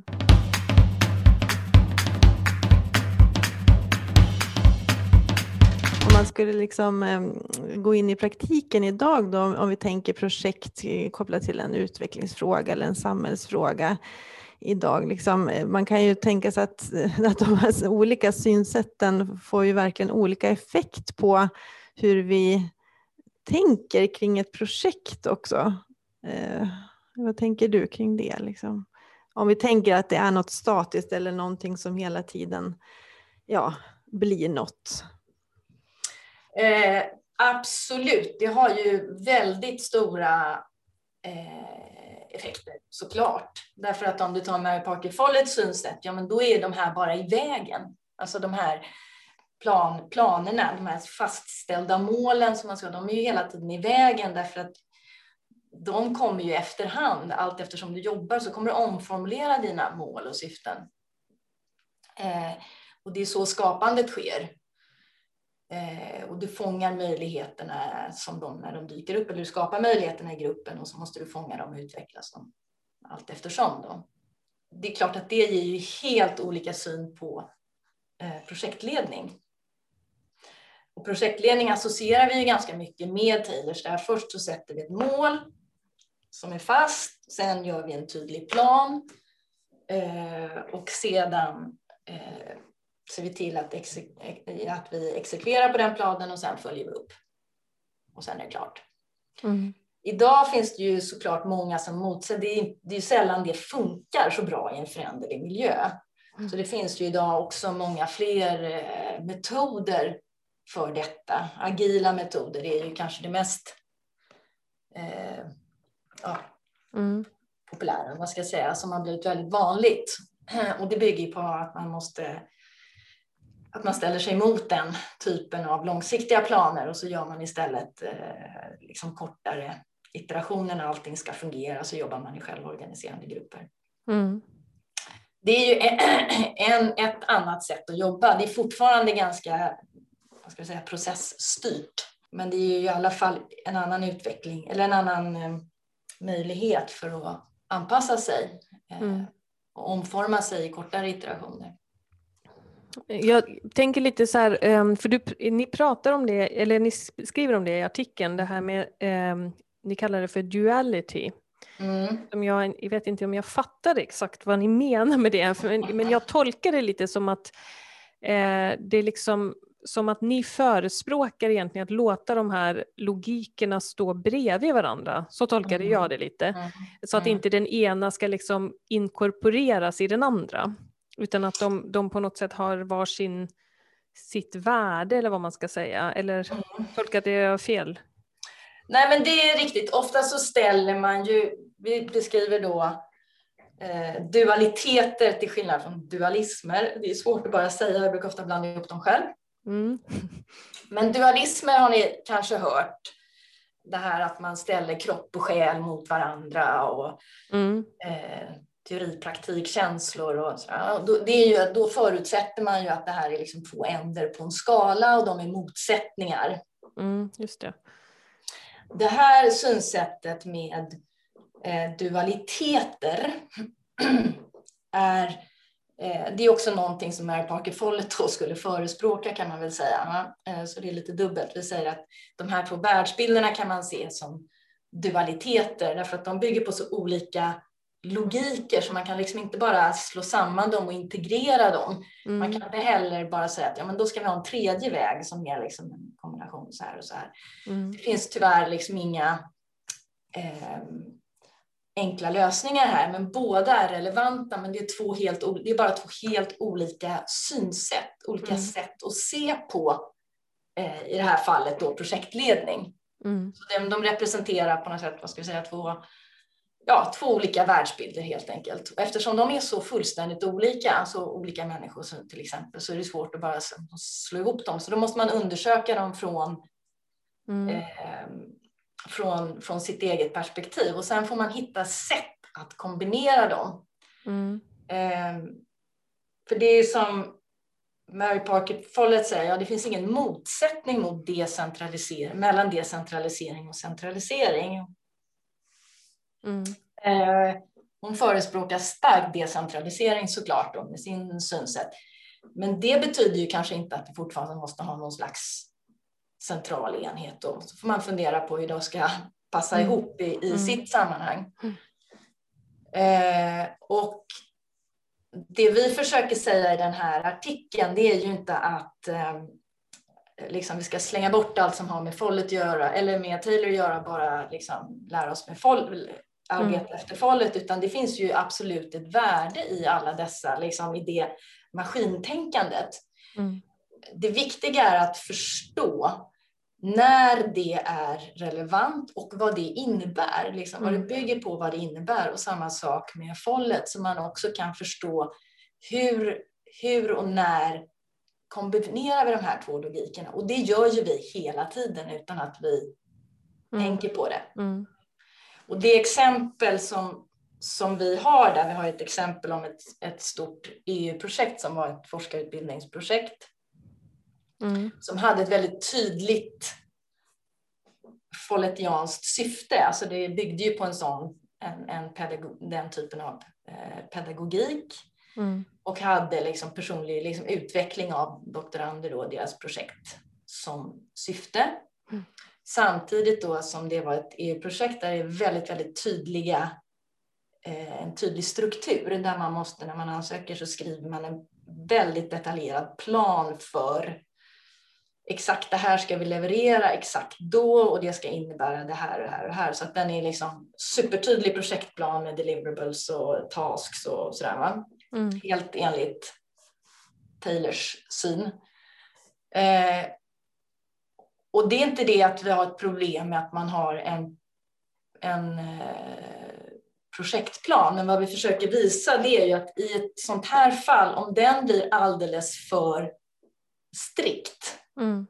Om man skulle liksom eh, gå in i praktiken idag då, om vi tänker projekt kopplat till en utvecklingsfråga eller en samhällsfråga idag. Liksom, man kan ju tänka sig att, att de här olika synsätten får ju verkligen olika effekt på hur vi tänker kring ett projekt också. Eh, vad tänker du kring det? Liksom? Om vi tänker att det är något statiskt eller någonting som hela tiden ja, blir något. Eh, absolut, det har ju väldigt stora eh, effekter såklart. Därför att om du tar Mary Parker Follett's synsätt, ja men då är de här bara i vägen. Alltså de här plan, planerna, de här fastställda målen som man ska, de är ju hela tiden i vägen därför att de kommer ju efterhand. Allt eftersom du jobbar så kommer du omformulera dina mål och syften. Eh, och det är så skapandet sker. Eh, och du fångar möjligheterna som de, när de dyker upp, eller du skapar möjligheterna i gruppen och så måste du fånga dem och utvecklas dem allt eftersom. Då. Det är klart att det ger ju helt olika syn på eh, projektledning. Och projektledning associerar vi ju ganska mycket med Taylors. Där först så sätter vi ett mål som är fast, sen gör vi en tydlig plan eh, och sedan eh, ser vi till att, exek- att vi exekverar på den planen och sen följer vi upp. Och sen är det klart. Mm. Idag finns det ju såklart många som motsäger. Det är, det är sällan det funkar så bra i en föränderlig miljö. Mm. Så det finns ju idag också många fler eh, metoder för detta. Agila metoder är ju kanske det mest eh, ja, mm. populära, vad ska jag säga, som har blivit väldigt vanligt. Och det bygger på att man måste att man ställer sig emot den typen av långsiktiga planer och så gör man istället eh, liksom kortare iterationer när allting ska fungera, så jobbar man i självorganiserande grupper. Mm. Det är ju en, ett annat sätt att jobba. Det är fortfarande ganska, vad ska jag säga, processstyrt. Men det är ju i alla fall en annan utveckling eller en annan eh, möjlighet för att anpassa sig eh, mm. och omforma sig i kortare iterationer. Jag tänker lite så här, för du, ni pratar om det, eller ni skriver om det i artikeln, det här med, um, ni kallar det för duality. Mm. Som jag, jag vet inte om jag fattar exakt vad ni menar med det, men, men jag tolkar det lite som att eh, det är liksom som att ni förespråkar egentligen att låta de här logikerna stå bredvid varandra. Så tolkade Mm. jag det lite. Mm. Så att inte den ena ska liksom inkorporeras i den andra. Utan att de, de på något sätt har varsin sitt värde eller vad man ska säga. Eller Mm. tolkar det fel? Nej, men det är riktigt. Ofta så ställer man ju, vi beskriver då eh, dualiteter till skillnad från dualismer. Det är svårt att bara säga, jag brukar ofta blanda ihop dem själv. Mm. Men dualismer har ni kanske hört. Det här att man ställer kropp och själ mot varandra och Mm. eh, teori, praktik, känslor. Och så. Då, det är ju, då förutsätter man ju att det här är liksom två änder på en skala och de är motsättningar. Mm, just det. Det här synsättet med eh, dualiteter är, eh, det är också någonting som Mary Parker Follett skulle förespråka, kan man väl säga. Eh, så det är lite dubbelt. Vi säger att de här två världsbilderna kan man se som dualiteter därför att de bygger på så olika logiker så man kan liksom inte bara slå samman dem och integrera dem. Mm. Man kan inte heller bara säga att ja, men då ska vi ha en tredje väg som är liksom en kombination så här och så här. Mm. Det finns tyvärr liksom inga eh, enkla lösningar här, men båda är relevanta, men det är, två helt, det är bara två helt olika synsätt, olika mm. sätt att se på eh, i det här fallet då projektledning. Mm. Så de, de representerar på något sätt, vad ska vi säga, två, ja, två olika världsbilder helt enkelt. Och eftersom de är så fullständigt olika, alltså olika människor så, till exempel, så är det svårt att bara slå ihop dem. Så då måste man undersöka dem från, Mm. eh, från, från sitt eget perspektiv. Och sen får man hitta sätt att kombinera dem. Mm. Eh, för det är som Mary Parker Follett säger, ja, det finns ingen motsättning mot decentralisering, mellan decentralisering och centralisering. Mm. Eh, hon förespråkar stark decentralisering såklart då, med sin synsätt. Men det betyder ju kanske inte att vi fortfarande måste ha någon slags central enhet då. Så får man fundera på hur de ska passa Mm. ihop i, i Mm. sitt sammanhang. Eh, och det vi försöker säga i den här artikeln, det är ju inte att eh, liksom vi ska slänga bort allt som har med Follett att göra eller med Taylor att göra, bara liksom lära oss med Follett, arbeta mm. efter Follett, utan det finns ju absolut ett värde i alla dessa, liksom i det maskintänkandet. Mm. Det viktiga är att förstå när det är relevant och vad det innebär, liksom, mm. vad det bygger på, vad det innebär, och samma sak med Follett, så man också kan förstå hur, hur och när kombinerar vi de här två logikerna, och det gör ju vi hela tiden utan att vi mm. tänker på det. Mm. Och det exempel som, som vi har där, vi har ett exempel om ett, ett stort E U-projekt som var ett forskarutbildningsprojekt. Mm. Som hade ett väldigt tydligt follettianskt syfte. Alltså det byggde ju på en sån, en, en pedagog, den typen av eh, pedagogik. Mm. Och hade liksom personlig liksom utveckling av doktorander och deras projekt som syfte. Mm. Samtidigt då som det var ett E U-projekt där det är väldigt, väldigt tydliga, eh, en tydlig struktur. Där man måste, när man ansöker så skriver man en väldigt detaljerad plan för exakt det här ska vi leverera exakt då, och det ska innebära det här och det här och det här. Så att den är liksom supertydlig projektplan med deliverables och tasks och sådär, va? Mm. Helt enligt Taylors syn. Eh, och det är inte det att vi har ett problem med att man har en, en eh, projektplan, men vad vi försöker visa, det är ju att i ett sånt här fall, om den blir alldeles för strikt, mm.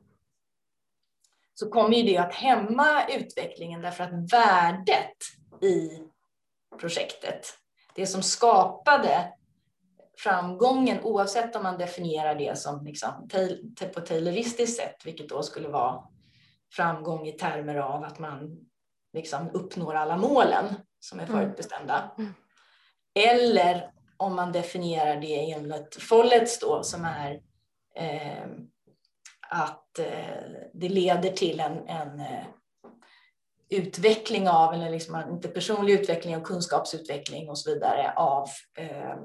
så kommer ju det att hämma utvecklingen, därför att värdet i projektet, det som skapade framgången, oavsett om man definierar det som liksom, på ett tayloristiskt sätt, vilket då skulle vara framgång i termer av att man liksom uppnår alla målen som är förutbestämda. Mm. Eller om man definierar det enligt Folletts då, som är eh, att eh, det leder till en, en eh, utveckling av, eller liksom inte personlig utveckling och kunskapsutveckling och så vidare av eh,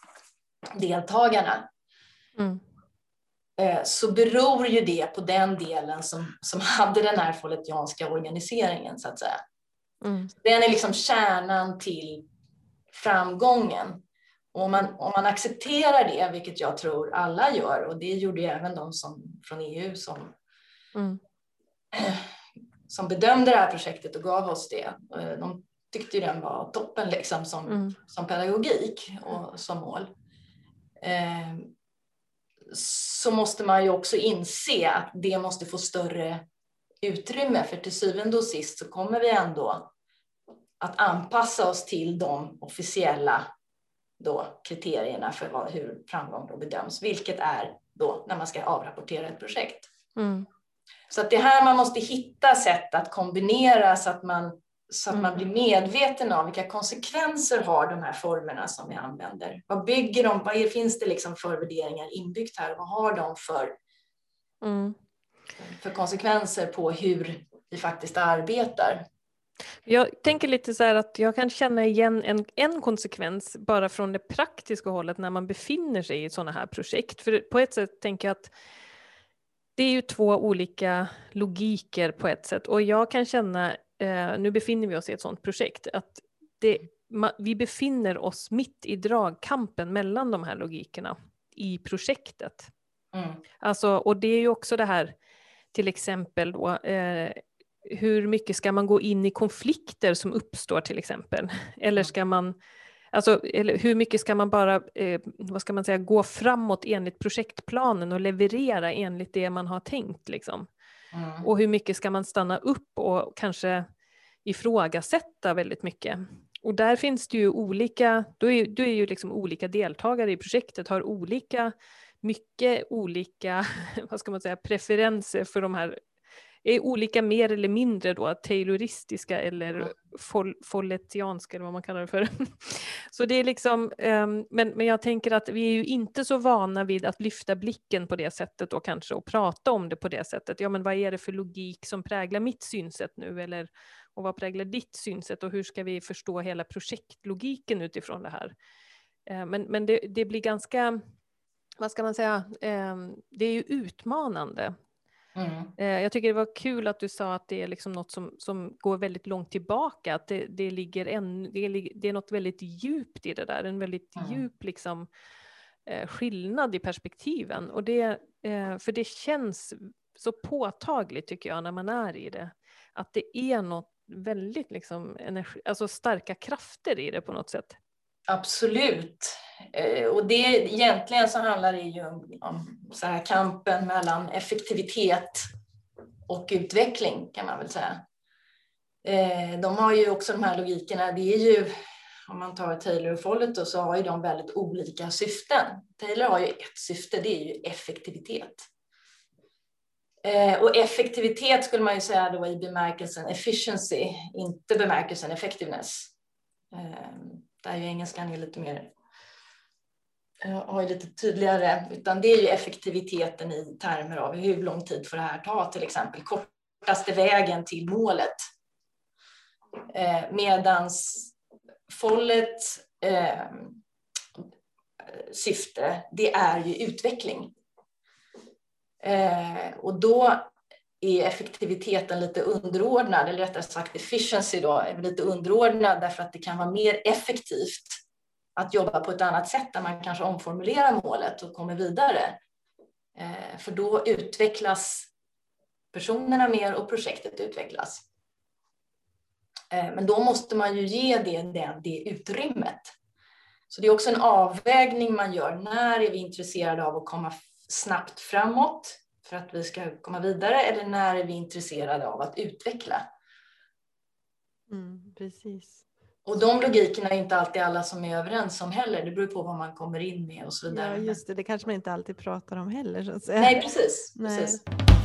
deltagarna. Mm. Eh, så beror ju det på den delen som, som hade den här follettianska organiseringen, så att säga. Mm. Den är liksom kärnan till framgången. Och om man, om man accepterar det, vilket jag tror alla gör, och det gjorde ju även de som, från E U som, mm. som bedömde det här projektet och gav oss det. De tyckte ju den var toppen liksom, som, mm. som pedagogik och som mål. Eh, så måste man ju också inse att det måste få större utrymme, för till syvende och sist så kommer vi ändå att anpassa oss till de officiella då kriterierna för vad, hur framgång då bedöms, vilket är då när man ska avrapportera ett projekt. Mm. Så att det här man måste hitta sätt att kombinera så att man, så att mm. man blir medveten om vilka konsekvenser har de här formerna som vi använder. Vad bygger de, vad är, finns det liksom för värderingar inbyggt här? Vad har de för, mm. för konsekvenser på hur vi faktiskt arbetar? Jag tänker lite så här att jag kan känna igen en, en konsekvens bara från det praktiska hållet när man befinner sig i sådana här projekt. För på ett sätt tänker jag att det är ju två olika logiker på ett sätt. Och jag kan känna, eh, nu befinner vi oss i ett sådant projekt, att det, ma, vi befinner oss mitt i dragkampen mellan de här logikerna i projektet. Mm. Alltså, och det är ju också det här, till exempel då, eh, hur mycket ska man gå in i konflikter som uppstår till exempel? Eller ska man, alltså, eller hur mycket ska man bara, eh, vad ska man säga, gå framåt enligt projektplanen och leverera enligt det man har tänkt liksom? Mm. Och hur mycket ska man stanna upp och kanske ifrågasätta väldigt mycket? Och där finns det ju olika, då är, då är ju liksom olika deltagare i projektet har olika, mycket olika, vad ska man säga, preferenser för de här, är olika mer eller mindre då tayloristiska eller Mm. fol, folletianska eller vad man kallar det för. Så det är liksom, um, men, men jag tänker att vi är ju inte så vana vid att lyfta blicken på det sättet och kanske och prata om det på det sättet. Ja, men vad är det för logik som präglar mitt synsätt nu, eller och vad präglar ditt synsätt, och hur ska vi förstå hela projektlogiken utifrån det här? Uh, men men det, det blir ganska, vad ska man säga, um, det är ju utmanande. Mm. Jag tycker det var kul att du sa att det är liksom något som, som går väldigt långt tillbaka, att det, det, ligger en, det, är, det är något väldigt djupt i det där, en väldigt Mm. djup liksom, eh, skillnad i perspektiven. Och det, eh, för det känns så påtagligt tycker jag när man är i det, att det är något väldigt liksom, energi, alltså starka krafter i det på något sätt. Absolut. Eh, och det egentligen så handlar det ju om, om så här kampen mellan effektivitet och utveckling kan man väl säga. Eh, de har ju också de här logikerna, det är ju, om man tar Taylor och Follett då, så har ju de väldigt olika syften. Taylor har ju ett syfte, det är ju effektivitet. Eh, och effektivitet skulle man ju säga då i bemärkelsen efficiency, inte bemärkelsen effectiveness. Eh, där är ju engelskan är lite mer, har ju lite tydligare, utan det är ju effektiviteten i termer av hur lång tid får det här ta, till exempel kortaste vägen till målet. Eh, medans Follett eh, syfte, det är ju utveckling. Eh, och då är effektiviteten lite underordnad, eller rättare sagt efficiency då, är lite underordnad därför att det kan vara mer effektivt att jobba på ett annat sätt där man kanske omformulerar målet och kommer vidare. Eh, för då utvecklas personerna mer och projektet utvecklas. Eh, men då måste man ju ge det, det, det utrymmet. Så det är också en avvägning man gör. När är vi intresserade av att komma snabbt framåt för att vi ska komma vidare, eller när är vi intresserade av att utveckla? Mm, precis. Och de logikerna är inte alltid alla som är överens om heller. Det beror på vad man kommer in med och så vidare. Ja, just det. Det kanske man inte alltid pratar om heller, så att säga. Nej, precis. Nej. precis.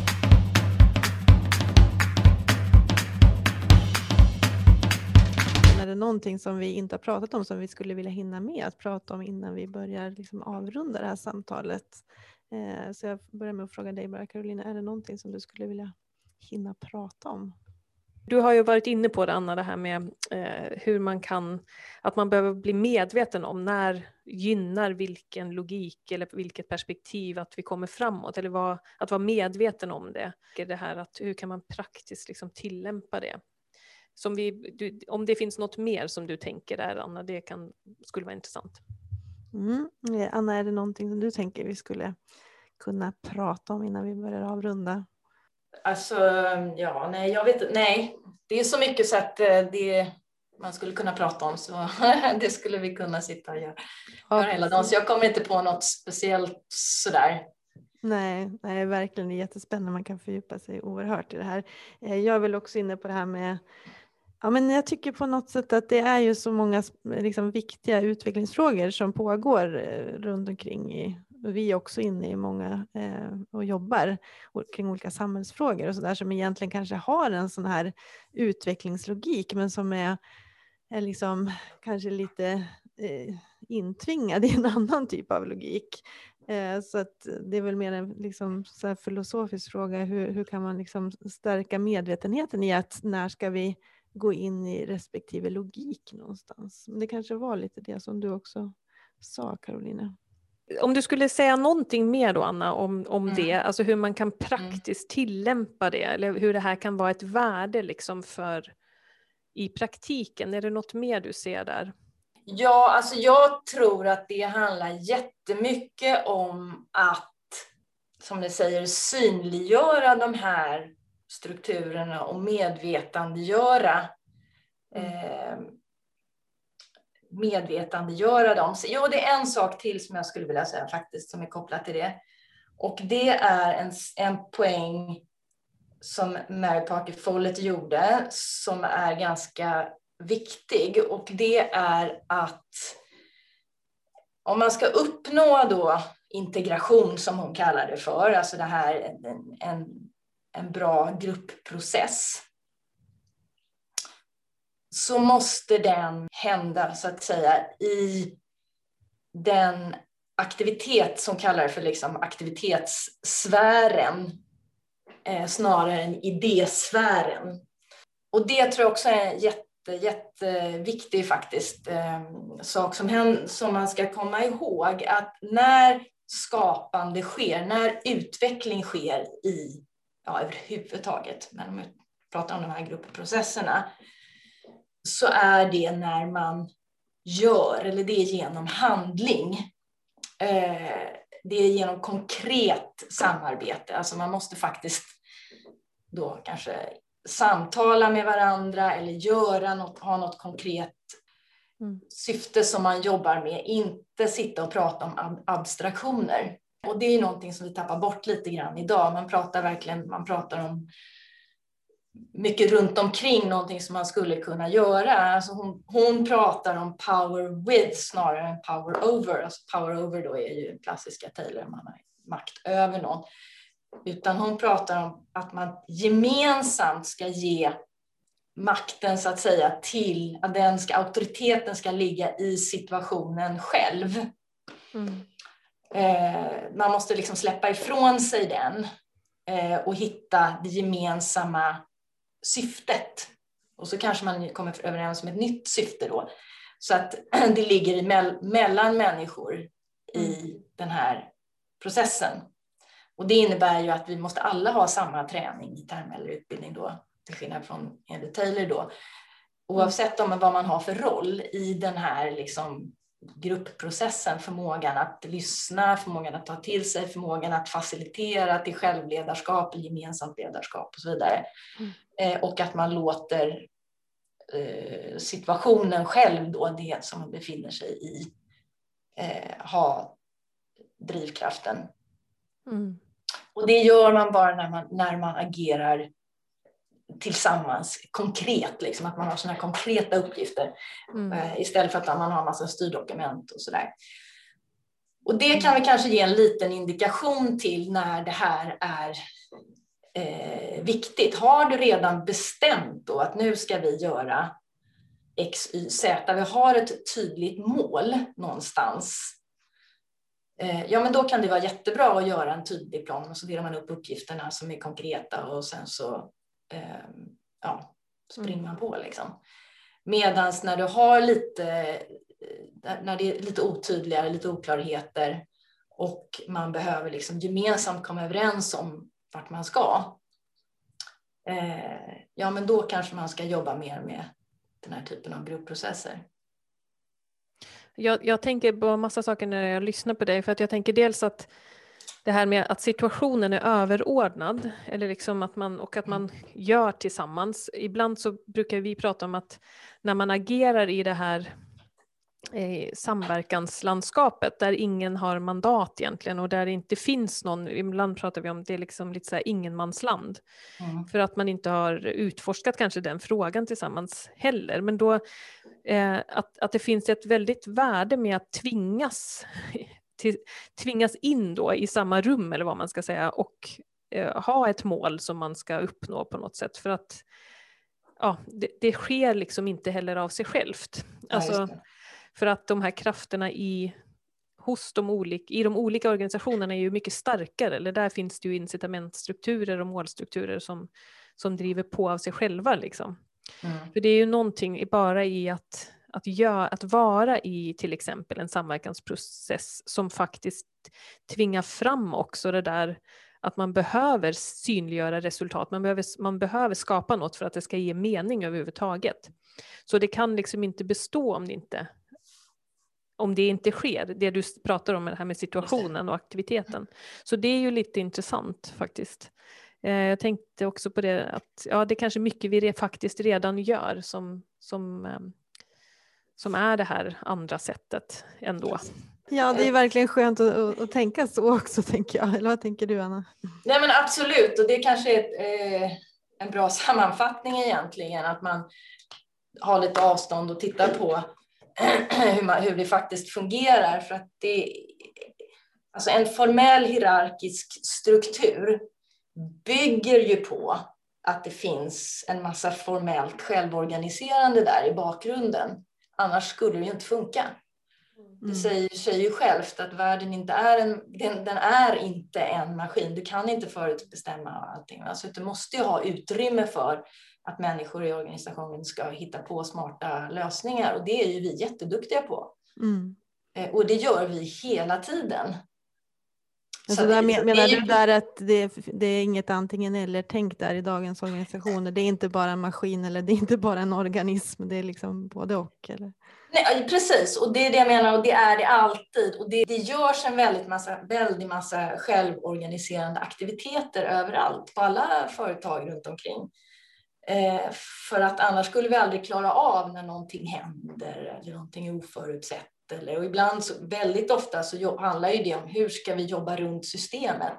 Är det någonting som vi inte har pratat om som vi skulle vilja hinna med att prata om innan vi börjar liksom avrunda det här samtalet? Eh, så jag börjar med att fråga dig bara, Carolina, är det någonting som du skulle vilja hinna prata om? Du har ju varit inne på det, Anna, det här med eh, hur man kan, att man behöver bli medveten om när gynnar vilken logik eller vilket perspektiv att vi kommer framåt, eller vad, att vara medveten om det. Det här att hur kan man praktiskt liksom tillämpa det? Som vi, du, om det finns något mer som du tänker där, Anna, det kan, skulle vara intressant. Mm. Anna, är det någonting som du tänker vi skulle kunna prata om innan vi börjar avrunda? Alltså, ja, nej, jag vet inte. Nej, det är så mycket så att det man skulle kunna prata om, så det skulle vi kunna sitta och göra, Ja, göra hela dagen. Så jag kommer inte på något speciellt sådär. Nej, nej, verkligen, det är jättespännande. Man kan fördjupa sig oerhört i det här. Jag är väl också inne på det här med, ja, men jag tycker på något sätt att det är ju så många liksom viktiga utvecklingsfrågor som pågår runt omkring. I, vi är också inne i många eh, och jobbar kring olika samhällsfrågor och så där, som egentligen kanske har en sån här utvecklingslogik, men som är, är liksom kanske lite eh, intvingad i en annan typ av logik. Eh, så att det är väl mer en liksom, så här filosofisk fråga. Hur, hur kan man liksom stärka medvetenheten i att när ska vi gå in i respektive logik någonstans? Men det kanske var lite det som du också sa, Carolina. Om du skulle säga någonting mer då, Anna, om, om Mm. det, alltså hur man kan praktiskt tillämpa det, eller hur det här kan vara ett värde liksom för i praktiken. Är det något mer du ser där? Ja, alltså jag tror att det handlar jättemycket om att som ni säger, synliggöra de här strukturerna och medvetandegöra eh, medvetandegöra dem. Så, jo, det är en sak till som jag skulle vilja säga faktiskt som är kopplat till det. Och det är en, en poäng som Mary Parker Follett gjorde som är ganska viktig. Och det är att om man ska uppnå då integration som hon kallar det för, alltså det här en, en, en bra gruppprocess, så måste den hända så att säga i den aktivitet som kallar för liksom aktivitetssfären eh, snarare än idésfären. Och det tror jag också är en jätte, jätteviktig faktiskt eh, sak som, händer, som man ska komma ihåg, att när skapande sker, när utveckling sker i, ja, överhuvudtaget, när man pratar om de här gruppprocesserna, så är det när man gör, eller det är genom handling. Eh, det är genom konkret samarbete. Alltså man måste faktiskt då kanske samtala med varandra eller göra något, ha något konkret mm. syfte som man jobbar med. Inte sitta och prata om abstraktioner. Och det är någonting som vi tappar bort lite grann idag. Man pratar verkligen, man pratar om mycket runt omkring någonting som man skulle kunna göra. Alltså hon, hon pratar om power with snarare än power over. Alltså power over då är ju klassiska Taylor, man har makt över någon. Utan hon pratar om att man gemensamt ska ge makten så att säga till, att den ska, auktoriteten ska ligga i situationen själv. Mm. Eh, man måste liksom släppa ifrån sig den eh, och hitta det gemensamma syftet. Och så kanske man kommer överens om ett nytt syfte då. Så att det ligger me- mellan människor i mm. den här processen. Och det innebär ju att vi måste alla ha samma träning i term eller utbildning då. Till skillnad från enligt Taylor då. Oavsett om vad man har för roll i den här liksom gruppprocessen, förmågan att lyssna, förmågan att ta till sig, förmågan att facilitera till självledarskap, gemensamt ledarskap och så vidare. Mm. Eh, och att man låter eh, situationen själv då, det som man befinner sig i, eh, ha drivkraften. Mm. Och det gör man bara när man, när man agerar tillsammans konkret, liksom, att man har såna konkreta uppgifter mm. eh, istället för att man har en massa styrdokument och sådär. Och det kan vi kanske ge en liten indikation till när det här är eh, viktigt. Har du redan bestämt då att nu ska vi göra X, Y, Z, vi har ett tydligt mål någonstans, eh, ja men då kan det vara jättebra att göra en tydlig plan och så delar man upp uppgifterna som är konkreta och sen så ja, springer man på liksom. Medans när du har lite, när det är lite otydligare, lite oklarheter och man behöver liksom gemensamt komma överens om vart man ska, ja men då kanske man ska jobba mer med den här typen av gruppprocesser. Jag, jag tänker på massa saker när jag lyssnar på dig, för att jag tänker dels att det här med att situationen är överordnad eller liksom att man, och att man gör tillsammans. Ibland så brukar vi prata om att när man agerar i det här eh, samverkanslandskapet där ingen har mandat egentligen och där det inte finns någon, ibland pratar vi om det är liksom lite så här ingenmansland. Mm. För att man inte har utforskat kanske den frågan tillsammans heller. Men då eh, att, att det finns ett väldigt värde med att tvingas Till, tvingas in då i samma rum eller vad man ska säga och eh, ha ett mål som man ska uppnå på något sätt, för att ja, det, det sker liksom inte heller av sig självt. Ja, alltså, för att de här krafterna i, hos de olika, i de olika organisationerna är ju mycket starkare, eller där finns det ju incitamentstrukturer och målstrukturer som, som driver på av sig själva liksom. Mm. För det är ju någonting bara i att Att, göra, att vara i till exempel en samverkansprocess som faktiskt tvingar fram också det där att man behöver synliggöra resultat. Man behöver, man behöver skapa något för att det ska ge mening överhuvudtaget. Så det kan liksom inte bestå om det inte, om det inte sker, det du pratar om med det här med situationen och aktiviteten. Så det är ju lite intressant faktiskt. Jag tänkte också på det att ja, det är kanske mycket vi faktiskt redan gör som, som, som är det här andra sättet ändå. Ja, det är verkligen skönt att, att, att tänka så också, tänker jag. Eller vad tänker du, Anna? Nej, men absolut, och det kanske är ett, eh, en bra sammanfattning egentligen, att man har lite avstånd och tittar på hur, man, hur det faktiskt fungerar. För att det, alltså en formell hierarkisk struktur bygger ju på att det finns en massa formellt självorganiserande där i bakgrunden. Annars skulle det ju inte funka. Det Mm. säger sig ju självt att världen inte är en, den, den är inte en maskin. Du kan inte förutbestämma allting. Alltså, du måste ju ha utrymme för att människor i organisationen ska hitta på smarta lösningar. Och det är ju vi jätteduktiga på. Mm. Och det gör vi hela tiden. Så Så där, det, menar det, du där att det, det är inget antingen eller tänk där i dagens organisationer? Det är inte bara en maskin eller det är inte bara en organism, det är liksom både och? Eller? Nej, precis, och det är det jag menar, och det är det alltid. Och det, det görs en väldigt massa, väldigt massa självorganiserande aktiviteter överallt, på alla företag runt omkring. Eh, för att annars skulle vi aldrig klara av när någonting händer eller någonting är oförutsett. Eller, och ibland, så, väldigt ofta, så handlar ju det om hur ska vi jobba runt systemet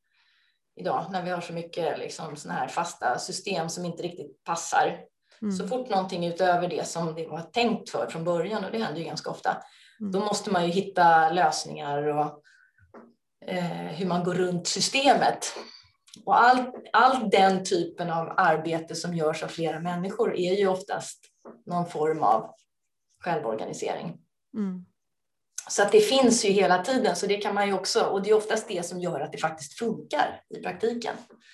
idag, när vi har så mycket liksom, såna här fasta system som inte riktigt passar. Mm. Så fort någonting utöver det som det var tänkt för från början, och det händer ju ganska ofta, mm. då måste man ju hitta lösningar och eh, hur man går runt systemet. Och all, all den typen av arbete som görs av flera människor är ju oftast någon form av självorganisering. Mm. Så att det finns ju hela tiden, så det kan man ju också, och det är oftast det som gör att det faktiskt funkar i praktiken.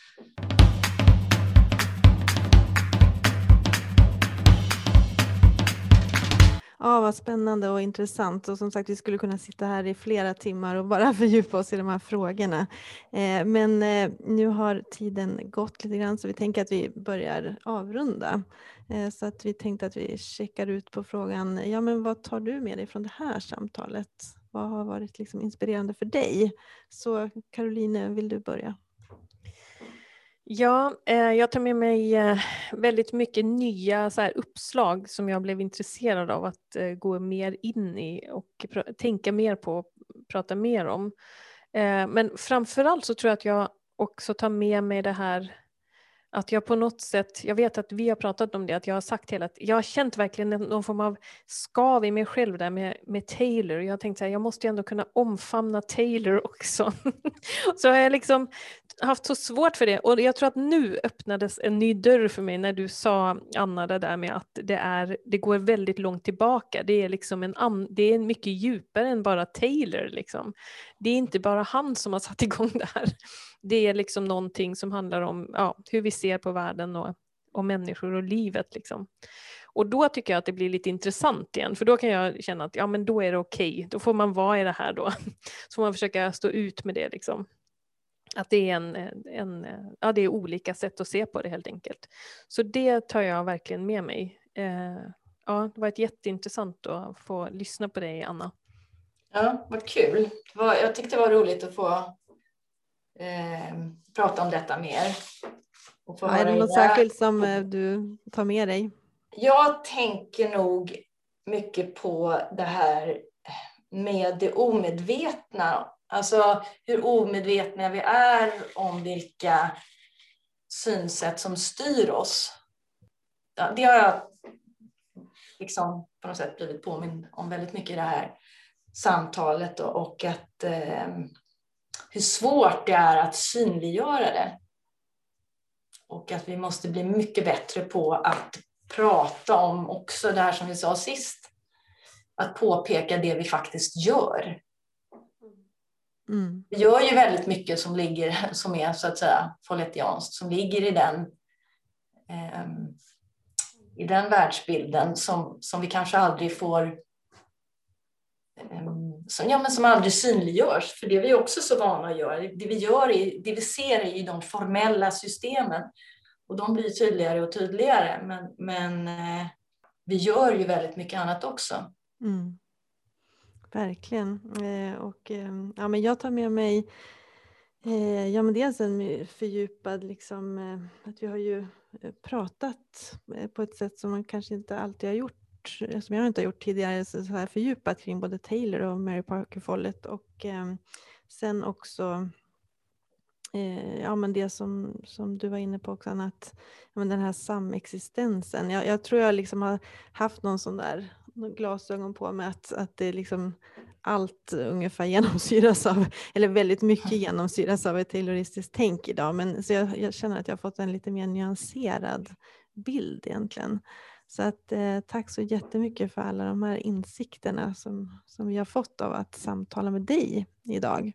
Ja, vad spännande och intressant. Och som sagt, vi skulle kunna sitta här i flera timmar och bara fördjupa oss i de här frågorna. Eh, men eh, nu har tiden gått lite grann, så vi tänker att vi börjar avrunda. Eh, så att vi tänkte att vi checkar ut på frågan, ja men vad tar du med dig från det här samtalet? Vad har varit liksom inspirerande för dig? Så Caroline, vill du börja? Ja, eh, jag tar med mig eh, väldigt mycket nya så här, uppslag som jag blev intresserad av att eh, gå mer in i och pr- tänka mer på och prata mer om. Eh, men framförallt så tror jag att jag också tar med mig det här att jag på något sätt, jag vet att vi har pratat om det, att jag har sagt hela att jag har känt verkligen någon form av skav i mig själv där med, med Taylor. Jag har tänkt så här, jag måste ju ändå kunna omfamna Taylor också. Så har jag liksom haft så svårt för det, och jag tror att nu öppnades en ny dörr för mig när du sa, Anna, det där med att det, är, det går väldigt långt tillbaka. Det är liksom en, det är mycket djupare än bara Taylor liksom. Det är inte bara han som har satt igång det här. Det är liksom någonting som handlar om ja, hur vi ser på världen och, och människor och livet liksom. Och då tycker jag att det blir lite intressant igen, för då kan jag känna att ja, men då är det okej. Okay. Då får man vara i det här då. Så får man försöka stå ut med det liksom. Att det är en, en ja, det är olika sätt att se på det helt enkelt. Så det tar jag verkligen med mig. Eh, ja, det var ett jätteintressant att få lyssna på dig, Anna. Ja, vad kul. Jag tyckte det var roligt att få eh, prata om detta mer. Och få ja, är det något särskilt som du tar med dig? Jag tänker nog mycket på det här med det omedvetna. Alltså hur omedvetna vi är om vilka synsätt som styr oss. Ja, det har jag liksom på något sätt blivit påmind om väldigt mycket i det här samtalet. Och, och att, eh, hur svårt det är att synliggöra det. Och att vi måste bli mycket bättre på att prata om också det här som vi sa sist. Att påpeka det vi faktiskt gör. Mm. Vi gör ju väldigt mycket som ligger, som är så att säga folletianskt, som ligger i den eh, i den världsbilden som, som vi kanske aldrig får eh, som, ja, men som aldrig synliggörs, för det är vi också så vana att göra. Det vi gör är, det vi ser är ju de formella systemen, och de blir tydligare och tydligare, men, men eh, vi gör ju väldigt mycket annat också. Mm. verkligen. Eh, och, eh, ja, men jag tar med mig eh, ja, men dels en fördjupad, liksom, eh, att vi har ju pratat eh, på ett sätt som man kanske inte alltid har gjort, som jag inte har gjort tidigare, så, så här fördjupat kring både Taylor och Mary Parker Follett. Och eh, sen också Eh, ja, men det som, som du var inne på också, Anna, att ja, men den här samexistensen. Jag, jag tror jag liksom har haft någon sån där någon glasögon på mig, att, att det liksom allt ungefär genomsyras av, eller väldigt mycket genomsyras av ett tayloristiskt tänk idag. Men så jag, jag känner att jag har fått en lite mer nyanserad bild egentligen. Så att, eh, tack så jättemycket för alla de här insikterna som, som vi har fått av att samtala med dig idag.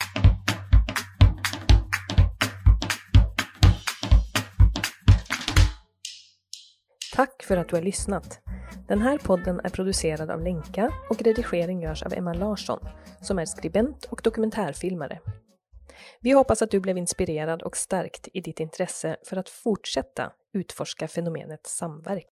Tack för att du har lyssnat. Den här podden är producerad av Lenka och redigering görs av Emma Larsson, som är skribent och dokumentärfilmare. Vi hoppas att du blev inspirerad och stärkt i ditt intresse för att fortsätta utforska fenomenet samverkan.